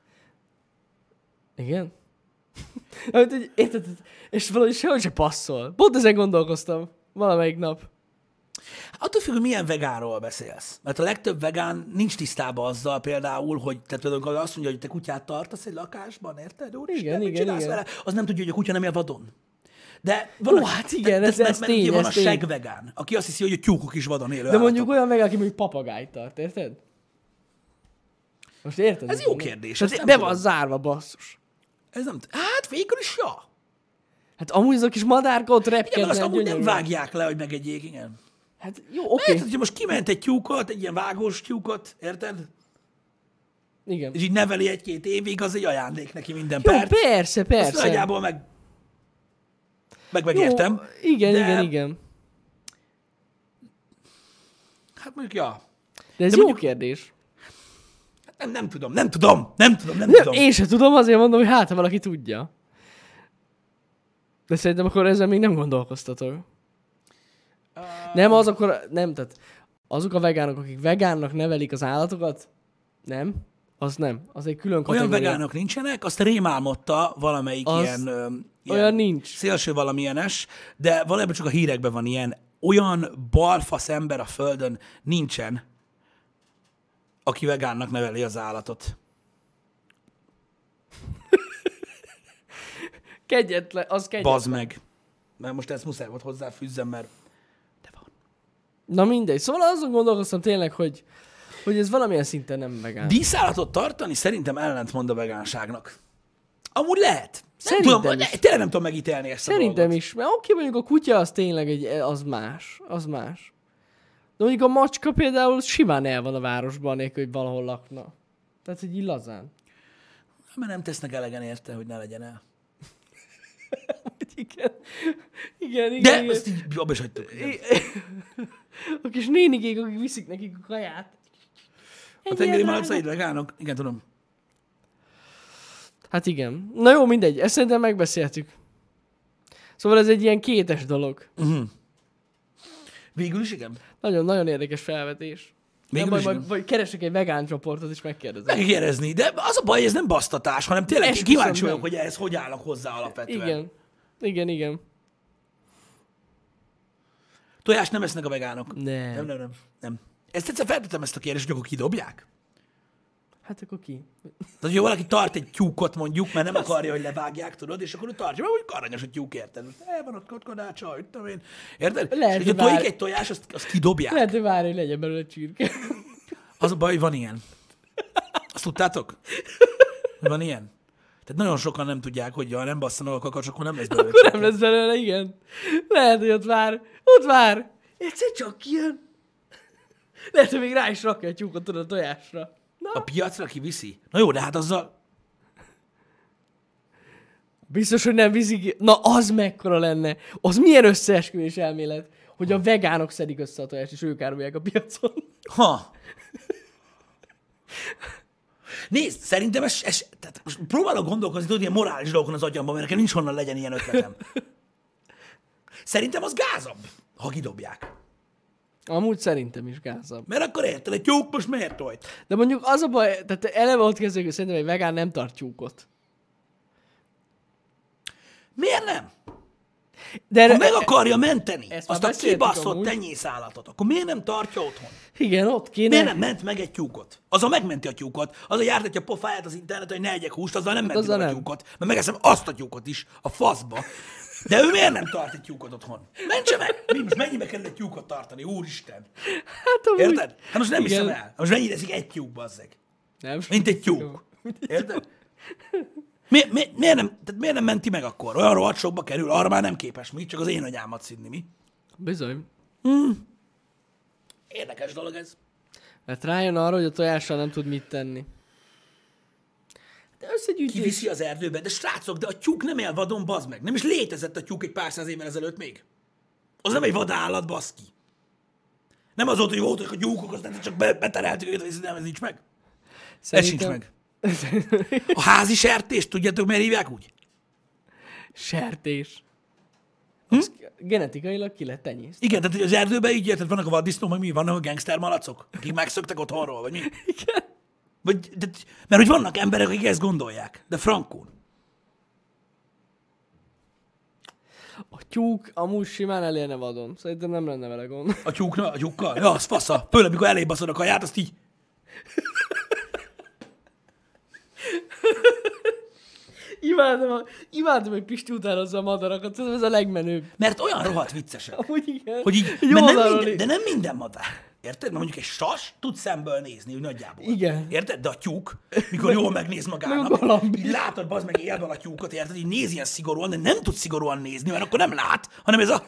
Igen? Amit, hogy, érted? És valahogy sehogy se passzol. Pont ezen gondolkoztam valamelyik nap. Attól függ, hogy milyen vegánról beszélsz. Mert a legtöbb vegán nincs tisztában azzal például, hogy te például azt mondja, hogy te kutyát tartasz egy lakásban, érted? Úristen, Igen, mit igen, csinálsz igen. vele? Az nem tudja, hogy a kutya nem él vadon. De van, Ó, hát igen, ez- mert, ez mert tény, ugye van ez a tény. segvegán, aki azt hiszi, hogy a tyúkok is vadon élő De mondjuk állatok. olyan meg, aki mondjuk papagájt tart, érted? Most érted? Ez jó kérdés, Tehát ezt be nem van tudom. zárva, basszus. Ez nem... Hát végül is ja. Hát amúgy azok kis madárka ott Igen, mert repkednek. azt amúgy nem gyönyörűen. vágják le, hogy megegyék, igen. Hát jó, Okay. oké. Érted, hogyha most kiment egy tyúkot, egy ilyen vágós tyúkot, érted? Igen. És így neveli egy-két évig, az egy ajándék neki minden Jó, perc. persze, Azt persze. nagyjából meg... Meg Jó, megértem. igen, de... igen, igen. Hát mondjuk, ja. De ez De jó mondjuk- kérdés. Nem, nem tudom, nem tudom, nem tudom, nem, Nem, tudom. én se tudom, azért mondom, hogy hát, ha valaki tudja. De szerintem akkor ezzel még nem gondolkoztatok. Uh, Nem, az akkor, nem, tehát azok a vegánok, akik vegánnak nevelik az állatokat, nem, az nem. Az egy külön kategória. Olyan vegánok nincsenek, azt rémálmodta valamelyik Az- ilyen, ö, ilyen olyan nincs. szélső valamilyenes, de valójában csak a hírekben van ilyen. Olyan balfasz ember a földön nincsen, aki vegánnak neveli az állatot. Kegyetlen, az kegyetlen. Bazd meg. Mert most ezt muszáj volt hozzáfűzzem, mert de van. Na mindegy. Szóval azon gondolkoztam tényleg, hogy, hogy ez valamilyen szinten nem vegán. Díszállatot tartani szerintem ellentmond a vegánságnak. Amúgy lehet. Nem Szerintem tudom, is. ne, tényleg nem tudom megítélni ezt a Szerintem dolgot. is. Mert oké, mondjuk a kutya az tényleg egy, az más. Az más. De mondjuk a macska például simán el van a városban, nélkül, hogy valahol lakna. Tehát, hogy így lazán. Mert nem tesznek elegen érte, hogy ne legyen el. Igen. Igen, igen, De igen. ezt így abba is hagytuk. igen. A kis nénikék, akik viszik nekik a kaját. A tengeri malacait vegánok? Igen, tudom. Hát igen. Na jó, mindegy. Ezt szerintem megbeszéltük. Szóval ez egy ilyen kétes dolog. Uh-huh. Végül is igen. Nagyon-nagyon érdekes felvetés. Végül Nem, is majd, igen. majd, vagy keresek egy vegán csoportot, és megkérdezem. Megkérdezni, de az a baj, ez nem basztatás, hanem tényleg Esküszöm, kíváncsi vagyok, nem. hogy ehhez hogy állnak hozzá alapvetően. Igen. Igen, igen. Tojást nem esznek a vegánok. Nem. Nem, nem, nem. nem. Ezt egyszer feltettem ezt a kérdést, hogy akkor kidobják? Hát akkor ki? Tehát, hogyha valaki tart egy tyúkot mondjuk, mert nem akarja, hogy levágják, tudod, és akkor ő tartja, mert úgy aranyos a tyúk, érted? El van ott kotkodácsa, hogy tudom én. Érted? Lehet, és hogyha hogy vár- tojik egy tojás, azt, azt kidobják. Lehet, hogy várj, hogy legyen belőle csirke. Az a baj, hogy van ilyen. Azt tudtátok? Hogy van ilyen? Tehát nagyon sokan nem tudják, hogy ha nem basszanak a kakacs, akkor nem lesz belőle Akkor nem csirke. lesz belőle, igen. Lehet, hogy ott vár. Ott vár. Egyszer csak kijön. Lehet, hogy még rá is rakja a tyúkot tudod a tojásra. Na, A piacra kiviszi? Na jó, de hát azzal... biztos, hogy nem viszik. Na, az mekkora lenne. Az milyen összeesküvés elmélet, hogy a vegánok szedik össze a tojást, és ők árulják a piacon. Ha. Nézd, szerintem ez, ez tehát most próbálok gondolkozni, tudod, ilyen morális dolgokon az agyamban, mert nekem nincs honnan legyen ilyen ötletem. Szerintem az gázabb, ha kidobják. Amúgy szerintem is gázabb. Mert akkor érted, egy tyúk most miért tojt? De mondjuk az a baj, tehát eleve ott kezdődik, hogy szerintem egy vegán nem tart tyúkot. Miért nem? De ha meg akarja menteni azt a kibaszott tenyészállatot, akkor miért nem tartja otthon? Igen, ott kéne. Miért nem ment meg egy tyúkot? Azzal megmenti a tyúkot. Azzal jártatja a pofáját az interneten, hogy ne egyek húst, azzal nem menti meg a tyúkot. Mert megeszem azt a tyúkot is, a faszba. De ő miért nem tart egy tyúkot otthon? Mentse meg! Mi most mennyibe kell egy tyúkot tartani? Úristen! Hát amúgy... Érted? Hát most nem hiszem el. Most mennyire eszik egy tyúk, bazzeg? Nem. Mint egy tyúk. Érted? Mi, mi, miért, nem, tehát miért nem menti meg akkor? Olyan rohadt sokba kerül, arra már nem képes mi, csak az én anyámat szidni, mi? Bizony. Hmm. Érdekes dolog ez. Mert rájön arra, hogy a tojással nem tud mit tenni. De összegyűjtés... Kiviszi az erdőbe, de srácok, de a tyúk nem él vadon, bazd meg. Nem is létezett a tyúk egy pár száz évvel ezelőtt még. Az nem egy vadállat, baszki. Nem az volt, hogy voltak a tyúkok, aztán csak betereltük őket, és nem, ez nincs meg. Szerintem... Ez sincs meg. A házi sertés, tudjátok, miért hívják úgy? Sertés. Hm? Genetikailag ki lett tenyészt. Igen, tehát az erdőben így érted, vannak a vaddisznók, meg mi, vannak a gangster malacok, akik megszöktek otthonról, vagy mi? Igen. Vagy, de, mert hogy vannak emberek, akik ezt gondolják, de frankón. A tyúk amúgy simán elérne vadon. Szerintem nem lenne vele gond. A tyúkna, a tyúkkal? Ja, az fasza. Főleg, amikor elébb baszod a kaját, azt így... Imádom, a, imádom, hogy Pisti utánozza a madarakat, ez a legmenőbb. Mert olyan rohadt viccesek. Amúgy igen. Hogy így, mert nem minden, de nem minden madár. Érted? Mert mondjuk egy sas tud szemből nézni, úgy nagyjából. Igen. Érted? De a tyúk, mikor jól megnéz magának, így látod, bazd meg élve a tyúkot, érted? Így néz ilyen szigorúan, de nem tud szigorúan nézni, mert akkor nem lát, hanem ez a...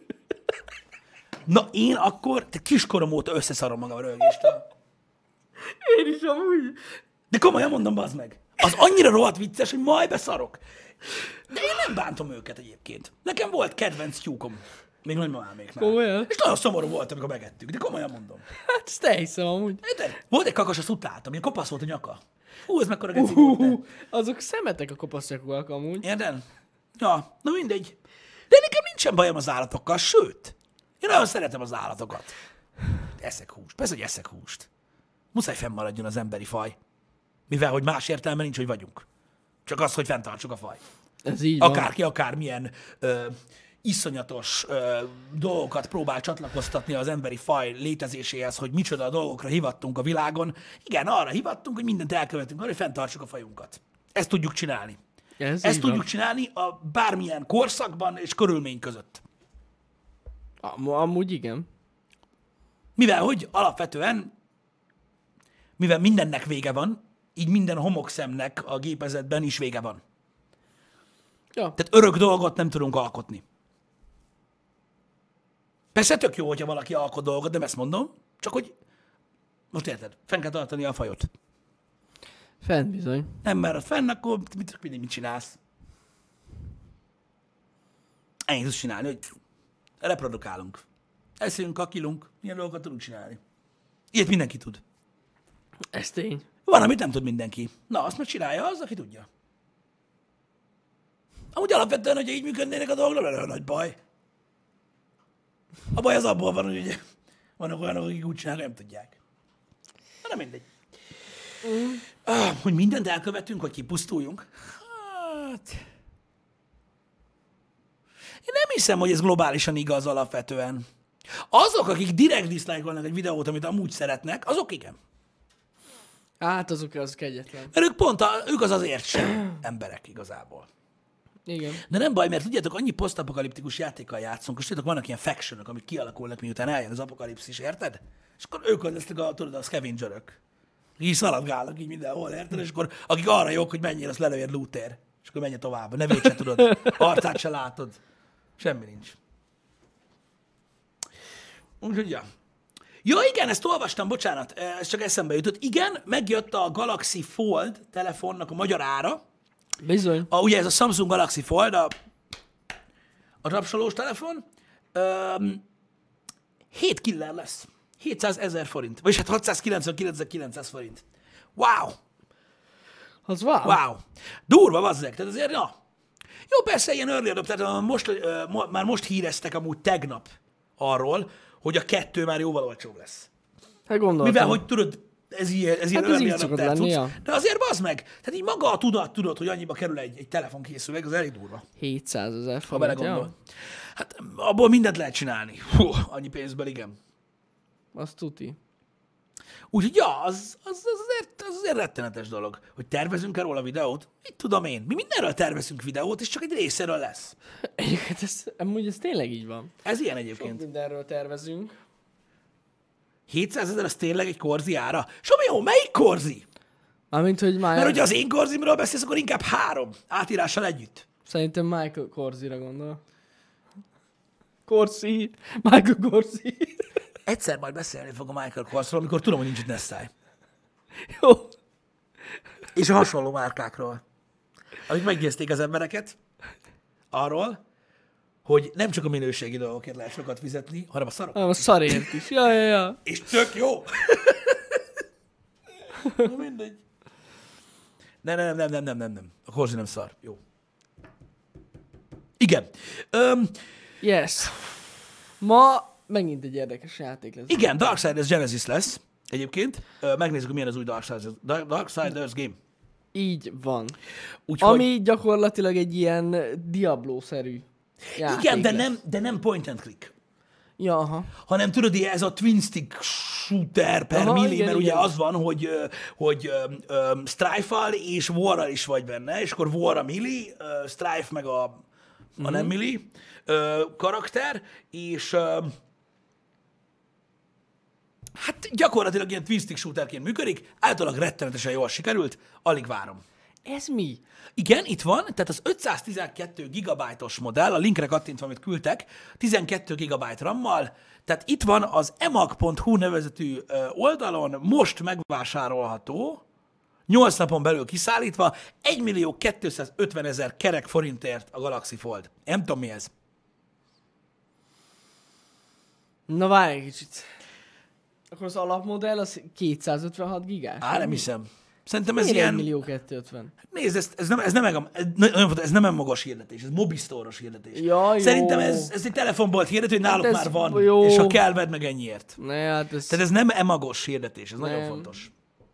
Na én akkor, te kiskorom óta összeszarom magam a röhögéstől. Én is amúgy. De komolyan mondom, bazd meg. Az annyira rohadt vicces, hogy majd beszarok. De én nem bántom őket egyébként. Nekem volt kedvenc tyúkom. Még nagymamáméknál. Komolyan? És nagyon szomorú volt, amikor megettük, de komolyan mondom. Hát ezt elhiszem amúgy. De volt egy kakas, azt utáltam, ilyen kopasz volt a nyaka. Hú, ez mekkora geci volt. Uh, azok szemetek a kopasznyakúak amúgy. Érted? Ja, na mindegy. De nekem nincsen bajom az állatokkal, sőt. Én nagyon szeretem az állatokat. Eszek húst. Persze, hogy eszek húst. Muszáj fennmaradjon az emberi faj. Mivel, hogy más értelme nincs, hogy vagyunk. Csak az, hogy fenntartsuk a fajt. Ez így Akárki, akármilyen ö, iszonyatos ö, dolgokat próbál csatlakoztatni az emberi faj létezéséhez, hogy micsoda dolgokra hivattunk a világon. Igen, arra hivattunk, hogy mindent elkövetünk, arra, hogy fenntartsuk a fajunkat. Ezt tudjuk csinálni. Ez Ezt tudjuk van. csinálni a bármilyen korszakban és körülmény között. Am- amúgy igen. Mivel, hogy alapvetően, mivel mindennek vége van, így minden homokszemnek a gépezetben is vége van. Ja. Tehát örök dolgot nem tudunk alkotni. Persze tök jó, hogyha valaki alkot dolgot, nem ezt mondom, csak hogy most érted, fenn kell tartani a fajot. Fenn bizony. Nem marad fenn, akkor mit, mit, mit csinálsz? Ennyit tudsz csinálni, hogy reprodukálunk. Eszünk, kakilunk, milyen dolgokat tudunk csinálni. Ilyet mindenki tud. Ez tény. Van, amit nem tud mindenki. Na, azt meg csinálja az, aki tudja. Amúgy alapvetően, hogyha így működnének a dolgok, nem nagy baj. A baj az abból van, hogy ugye vannak olyanok, akik úgy csinálják, nem tudják. Na, nem mindegy. Mm. Ah, hogy mindent elkövetünk, hogy kipusztuljunk? Hát... Én nem hiszem, hogy ez globálisan igaz alapvetően. Azok, akik direkt diszlájkolnak egy videót, amit amúgy szeretnek, azok igen. Hát azok az kegyetlen. Mert ők pont, a, ők az azért sem emberek igazából. Igen. De nem baj, mert tudjátok, annyi posztapokaliptikus játékkal játszunk, és tudjátok, vannak ilyen factionok, amik kialakulnak, miután eljön az apokalipszis, érted? És akkor ők lesznek a, tudod, a scavengerök. Így szaladgálnak így mindenhol, érted? És akkor akik arra jók, hogy menjél, azt lelőjed looter. És akkor menj tovább. Nevét se tudod, arcát se látod. Semmi nincs. Úgyhogy, ja. Ja, igen, ezt olvastam, bocsánat, ez csak eszembe jutott. Igen, megjött a Galaxy Fold telefonnak a magyar ára. Bizony. A, ugye ez a Samsung Galaxy Fold, a, a rapsolós telefon. Um, hét killer lesz. hétszázezer forint. Vagyis hát hatszázkilencvenkilencezer-kilencszáz forint. Wow! Az wow. Wow. Durva, bazzeg. Tehát azért, ja. Jó, persze, ilyen early adopter, most, uh, már most híreztek amúgy tegnap arról, hogy a kettő már jóval olcsóbb lesz. Hát gondoltam. Mivel, hogy tudod, Ez ilyen, ez ilyen Hát ez így olyan szokott adapter lenni, cucc. ja. De azért bazd meg, tehát így maga a tudat, tudod, hogy annyiba kerül egy, egy telefonkészüveg, az elég durva. hétszázezer Ha forint, belegondol. ja? Hát abból mindent lehet csinálni. Hú, annyi pénzből, igen. Azt tuti. Úgyhogy ja, az, az, az, azért, az azért rettenetes dolog, hogy tervezünk-e róla videót. Mit tudom én, mi mindenről tervezünk videót, és csak egy részéről lesz. Egyébként ez, amúgy ez tényleg így van. Ez ilyen Sok egyébként. mindenről tervezünk. hétszázezer az tényleg egy korzi ára? Somi jó, melyik korzi? Mármint, hogy már... Mert hogyha az én korzimről beszélsz, akkor inkább három átírással együtt. Szerintem Michael Korzira gondol. Corsi. Michael Corsi. Egyszer majd beszélni fog a Michael Korsról, amikor tudom, hogy nincs itt Nessai. Jó. És a hasonló márkákról, amik meggyőzték az embereket arról, hogy nem csak a minőségi dolgokért lehet sokat fizetni, hanem a szarok. Nem, a szarért is. Ja, ja, ja. És tök jó. Na mindegy. Nem, nem, nem, nem, nem, nem, nem. A korzi nem szar. Jó. Igen. Öm, Yes. Ma megint egy érdekes játék lesz. igen, Darksiders Genesis lesz egyébként. Ö, megnézzük, hogy milyen az új Darksiders, Darksiders game. Így van. Úgyhogy, Ami gyakorlatilag egy ilyen Diablo-szerű játék igen, de lesz. nem, de nem point and click. Ja, aha. Hanem tudod, ez a twin stick shooter per Aha, milli, igen, mert ugye igen. az van, hogy, ö, hogy ö, ö, Strife-al és War-ral is vagy benne, és akkor War a milli, ö, Strife meg a, a Mhm. nem milli ö, karakter, és ö, hát gyakorlatilag ilyen twin stick shooterként működik, általában rettenetesen jól sikerült, alig várom. Ez mi? Igen, itt van, tehát az ötszáztizenkettő gigabájtos modell, a linkre kattintva, amit küldtek, tizenkettő gigabyte RAM-mal, tehát itt van az emag pont hu nevezetű ö, oldalon, most megvásárolható, nyolc napon belül kiszállítva, egymillió kétszázötvenezer kerek forintért a Galaxy Fold. Nem tudom, mi ez. Na várj egy kicsit. Akkor az alapmodell az kétszázötvenhat gigás? Á, nem hiszem. Szerintem ez Miért ilyen... egy millió kétszázötven? Nézd, ez, ez nem, ez nem, ez, nagyon fontos, ez nem magas hirdetés, ez Mobistore-os hirdetés. Ja, jó. Szerintem ez, ez egy telefonbolt hirdetés, hogy náluk ez már van, jó. és ha kell, vedd meg ennyiért. Ne, hát ez... Tehát ez nem emagos hirdetés, ez nagyon Nem. fontos.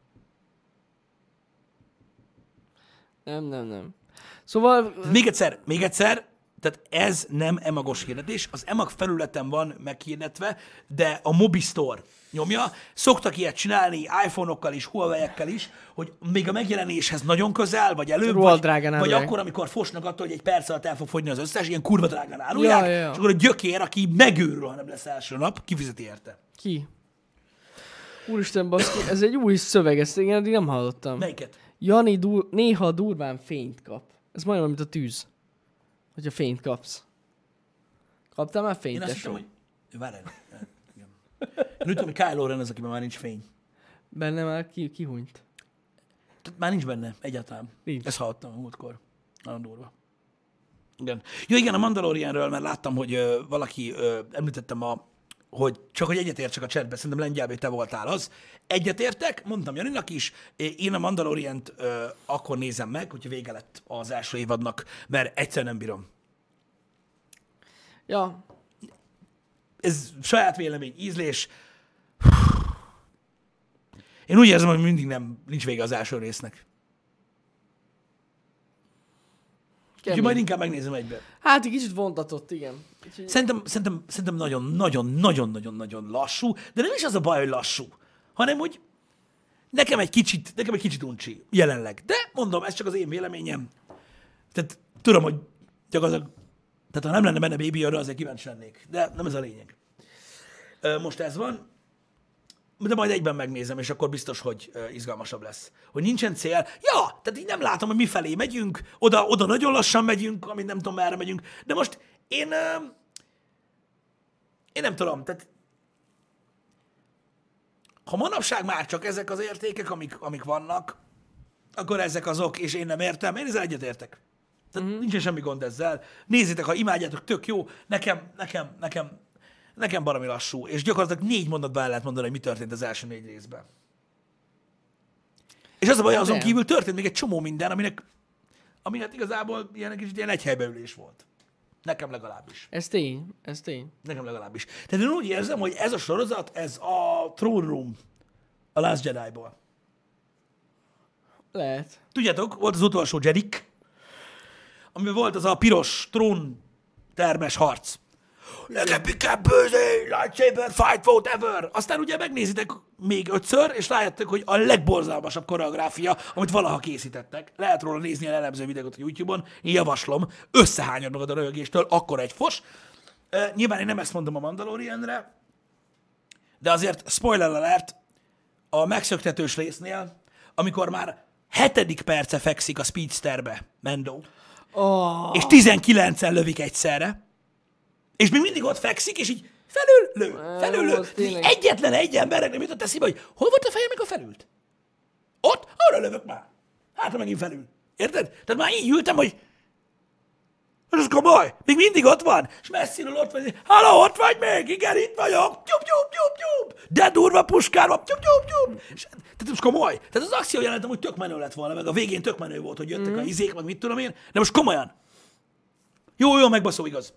Nem, nem, nem. Szóval... Még egyszer, még egyszer, tehát ez nem emagos hirdetés, az emag felületen van meghirdetve, de a Mobistore nyomja. Szoktak ilyet csinálni iPhone-okkal is, Huawei-ekkel is, hogy még a megjelenéshez nagyon közel, vagy előbb, Rohadt vagy, drágán vagy árulják. akkor, amikor fosnak attól, hogy egy perc alatt el fog fogyni az összes, ilyen kurva drágán árulják, Ja, ja, ja. és akkor a gyökér, aki megőrül, ha nem lesz első nap, kifizeti érte. Ki? Úristen, baszki, ez egy új szöveg, ezt én eddig nem hallottam. Melyiket? Jani dur- néha durván fényt kap. Ez majdnem, mint a tűz. Hogyha fényt kapsz. Kaptál már fényt, Én azt tesó? hittem, hogy... Várjál. Igen. Én úgy tudom, hogy Kylo Ren az, akiben már nincs fény. Benne már ki, kihunyt. Tehát már nincs benne egyáltalán. Nincs. Ezt hallottam a múltkor. Nagyon durva. Igen. Jó, igen, a Mandalorianről, mert láttam, hogy ö, valaki, ö, említettem a, hogy csak hogy egyetértsek a chatbe, szerintem Lengyelbé te voltál az. Egyetértek, mondtam Janinak is, én a Mandalorient ö, akkor nézem meg, hogyha vége lett az első évadnak, mert egyszer nem bírom. Ja, Ez saját vélemény, ízlés. Én úgy érzem, hogy mindig nem, nincs vége az első résznek. Úgyhogy kemény. majd inkább megnézem egybe. Hát egy kicsit vontatott, igen. Úgyhogy... Szerintem, szerintem, szerintem nagyon, nagyon, nagyon, nagyon, nagyon lassú, de nem is az a baj, hogy lassú, hanem, hogy nekem egy kicsit, nekem egy kicsit uncsi jelenleg. De mondom, ez csak az én véleményem. Tehát tudom, hogy gyakorlatilag, tehát ha nem lenne benne Baby Yoda, azért kíváncsi lennék. De nem ez a lényeg. Ö, Most ez van, de majd egyben megnézem, és akkor biztos, hogy ö, izgalmasabb lesz. Hogy nincsen cél. Ja, tehát így nem látom, hogy mi felé megyünk, oda, oda nagyon lassan megyünk, amit nem tudom, merre megyünk. De most én, ö, én nem tudom, tehát ha manapság már csak ezek az értékek, amik, amik vannak, akkor ezek azok, és én nem értem, én ezzel egyetértek. Tehát mm-hmm. nincsen semmi gond ezzel. Nézzétek, ha imádjátok, tök jó. Nekem, nekem, nekem, nekem baromi lassú. És gyakorlatilag négy mondatban el lehet mondani, hogy mi történt az első négy részben. És az a baj, azon kívül történt még egy csomó minden, aminek, aminek igazából ilyen kicsit ilyen egy helybeülés volt. Nekem legalábbis. Ez tény, ez tény. Nekem legalábbis. Tehát én úgy érzem, hogy ez a sorozat, ez a Throne Room A Last Jedi-ból. Lehet. Tudjátok, volt az utolsó Jedik, amiben volt az a piros trón termes harc. Legepikább bőzé, lightsaber fight whatever. Aztán ugye megnézitek még ötször, és rájöttek, hogy a legborzalmasabb koreográfia, amit valaha készítettek. Lehet róla nézni el elemző videókat a YouTube-on. Én javaslom, összehányod magad a röhögéstől, akkor egy fos. Uh, nyilván én nem ezt mondom a Mandalorianre, de azért spoiler alert, a megszöktetős résznél, amikor már hetedik perce fekszik a Speedsterbe Mando, Oh. és tizenkilencen lövik egyszerre, és még mindig ott fekszik, és így felül lő, felül lő. Egyetlen egy embernek nem jutott eszébe, hogy hol volt a fejem, mikor felült? Ott? Arra lövök már. Hát, megint felül. Érted? Tehát már így ültem, hogy ez komoly, még mindig ott van, és messziről ott vagy, halló, ott vagy még? Igen, itt vagyok, tyup, tyup, tyup, tyup, de durva puskárva, tyup, tyup, tyup. És, tehát most komoly. Tehát az akció jelentem, hogy tök menő lett volna, meg a végén tök menő volt, hogy jöttek mm. a izék, meg mit tudom én, de most komolyan. Jó, jó, megbaszó, igaz.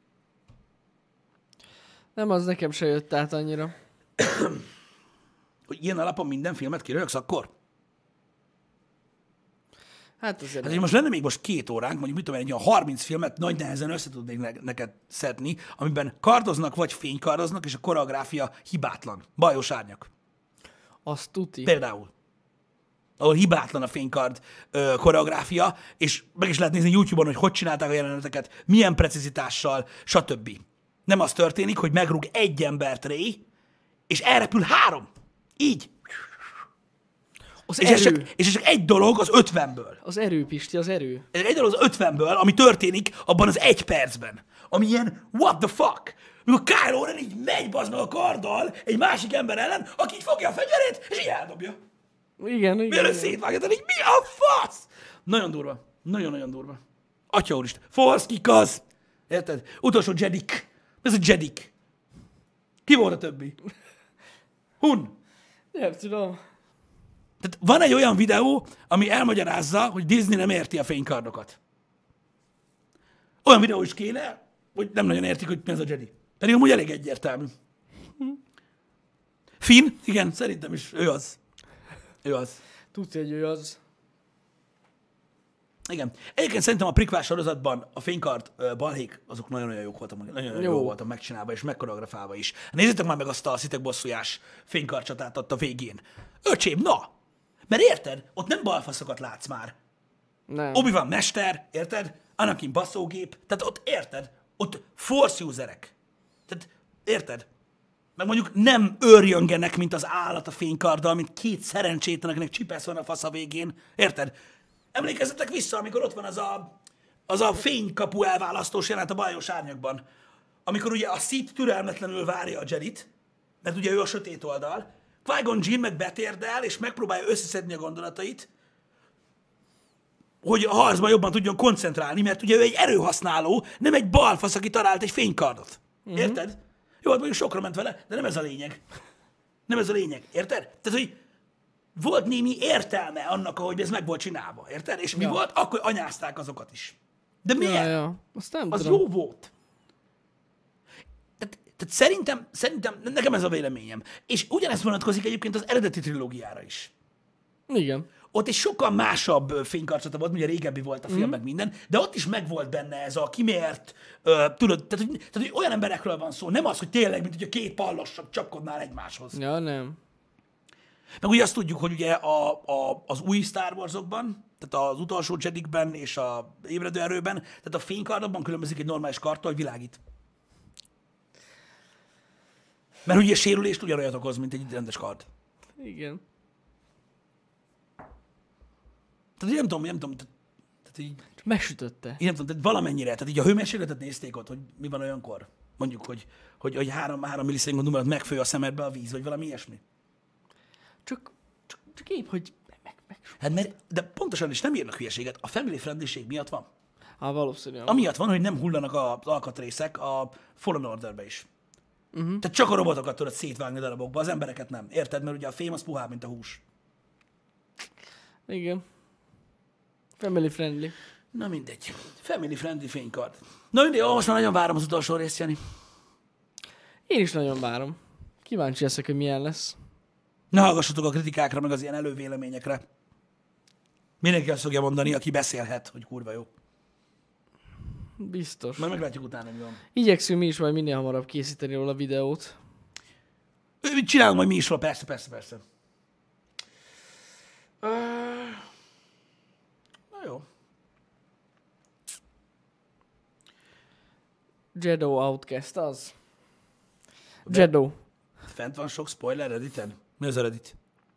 Nem, az nekem se jött át annyira. Hogy ilyen alapon minden filmet kirögsz akkor? Hát azért... Hát, hogy most lenne még most két óránk, mondjuk mit tudom én, egy olyan harminc filmet nagy nehezen össze tudnék ne- neked szedni, amiben kardoznak vagy fénykardoznak, és a koreográfia hibátlan. Bajos árnyak. Azt tuti. Például. Ahol hibátlan a fénykard ö, koreográfia, és meg is lehet nézni YouTube-on, hogy hogy csinálták a jeleneteket, milyen precizitással, stb. Nem az történik, hogy megrúg egy embert Rey, és elrepül három. Így. Az és, erő. ez csak, és ez csak egy dolog az ötvenből. Az erő, Pisti, az erő. Ez egy dolog az ötvenből, ami történik abban az egy percben. Ami ilyen what the fuck. Mikor Kylo Ren így megy bazd meg a karddal egy másik ember ellen, aki így fogja a fegyverét, és így eldobja. Igen, igen. Mielőtt szétvágja, tehát így mi a fasz? Nagyon durva. Nagyon-nagyon durva. Atya úristen. Force kick az. Érted? Utolsó Jedik. Ez a Jedik. Ki volt a többi? Hun. Nem tudom. Tehát van egy olyan videó, ami elmagyarázza, hogy Disney nem érti a fénykardokat. Olyan videó is kéne, hogy nem nagyon értik, hogy mi az a Jedi. Pedig amúgy elég egyértelmű. Finn? Igen, szerintem is. Ő az. Ő az. Tudsz, hogy ő az. Igen. Egyébként szerintem a prequel sorozatban a fénykard uh, balhék, azok nagyon-nagyon jók voltak, nagyon-nagyon jó. jó voltak megcsinálva és megkoreografálva is. Nézzétek már meg azt a szitek bosszújás fénykardcsatát ott a végén. Öcsém, na! Mert érted? Ott nem balfaszokat látsz már. Nem. Obi-Wan mester, érted? Anakin basszógép. Tehát ott érted? Ott force userek. Tehát érted? Meg mondjuk nem őrjöngenek, mint az állat a fénykarddal, mint két szerencsétlen, akinek csipesz van a fasz a végén. Érted? Emlékezzetek vissza, amikor ott van az a, az a fénykapu elválasztós jelenet a bajos árnyakban. Amikor ugye a Sith türelmetlenül várja a Jedit, mert ugye ő a sötét oldal, Qui-Gon Jinn meg betérdel, és megpróbálja összeszedni a gondolatait, hogy a harcban jobban tudjon koncentrálni, mert ugye ő egy erőhasználó, nem egy balfasz, aki talált egy fénykardot. Uh-huh. Érted? Jó, hát mondjuk sokra ment vele, de nem ez a lényeg. Nem ez a lényeg, érted? Tehát, hogy volt némi értelme annak, ahogy ez meg volt csinálva, érted? És mi ja. volt? Akkor anyázták azokat is. De miért? Ja, ja. Azt nem az tudom. jó volt. Tehát, tehát szerintem, szerintem, nekem ez a véleményem. És ugyanezt vonatkozik egyébként az eredeti trilógiára is. Igen. Ott egy sokkal másabb fénykarcsata volt, ugye régebbi volt a film, mm. meg minden, de ott is megvolt benne ez a kimért, uh, tudod, tehát hogy, tehát hogy olyan emberekről van szó, nem az, hogy tényleg, mint hogy a két pallos csapkodnál egymáshoz. Ja, nem. Meg ugye azt tudjuk, hogy ugye a, a, az új Star Warsokban, tehát az utolsó Jedikben és a ébredő erőben, tehát a fénykardokban különbözik egy normális karttól, hogy világít. Mert ugye sérülést ugyanolyat okoz, mint egy rendes kard. Igen. Tehát nem tudom, nem tudom, tehát, tehát így... Megsütötte. Én nem tudom, tehát valamennyire, tehát így a hőmérsékletet nézték ott, hogy mi van olyankor. Mondjuk, hogy, hogy, hogy három, három millisekundum alatt megfő a szemedbe a víz, vagy valami ilyesmi. Csak, csak, csak épp, hogy meg, meg. Hát mert, de pontosan is nem írnak hülyeséget, a family friendlység miatt van. Há, valószínűleg. Amiatt van, hogy nem hullanak az alkatrészek a Fallen Orderbe is. Uh-huh. Tehát csak a robotokat tudod szétvágni darabokba, az embereket nem. Érted? Mert ugye a fém az puhább, mint a hús. Igen. Family friendly. Na mindegy. Family friendly fénykard. Na mindegy, ó, most már nagyon várom az utolsó részt, Jani. Én is nagyon várom. Kíváncsi leszek, hogy milyen lesz. Ne hallgassatok a kritikákra, meg az ilyen elővéleményekre. Mindenki azt fogja mondani, aki beszélhet, hogy kurva jó. Biztos. Majd meglátjuk utána, mi van. Igyekszünk mi is majd minél hamarabb készíteni róla a videót. Csinálunk majd mi is róla, persze, persze, persze. Uh, na jó. Jedo Outcast az. Jedo. Fent van sok spoiler Redditen? Mi az a Reddit?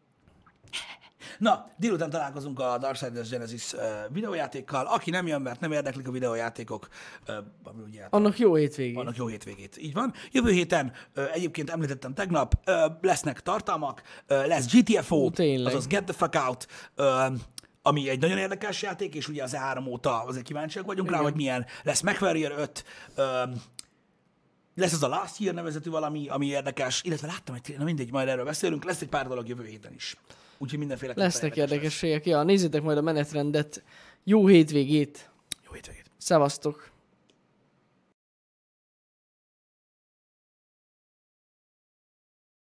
Na, délután találkozunk a Darksiders Genesis uh, videójátékkal. Aki nem jön, mert nem érdeklik a videójátékok, uh, ami ugye annak jó hétvégét. Annak jó hétvégét. Így van. Jövő héten, uh, egyébként említettem tegnap, uh, lesznek tartalmak, uh, lesz G T F O, Ó, azaz Get the Fuck Out, uh, ami egy nagyon érdekes játék, és ugye az E három óta azért kíváncsiak vagyunk Igen. rá, hogy milyen lesz. MechWarrior öt, uh, lesz az a Last Year nevezetű valami, ami érdekes, illetve láttam egy, na mindegy, majd erről beszélünk, lesz egy pár dolog jövő héten is. Úgyhogy mindenféle lesznek érdekességek. Ja, nézzétek majd a menetrendet. Jó hétvégét! Jó hétvégét! Szevasztok!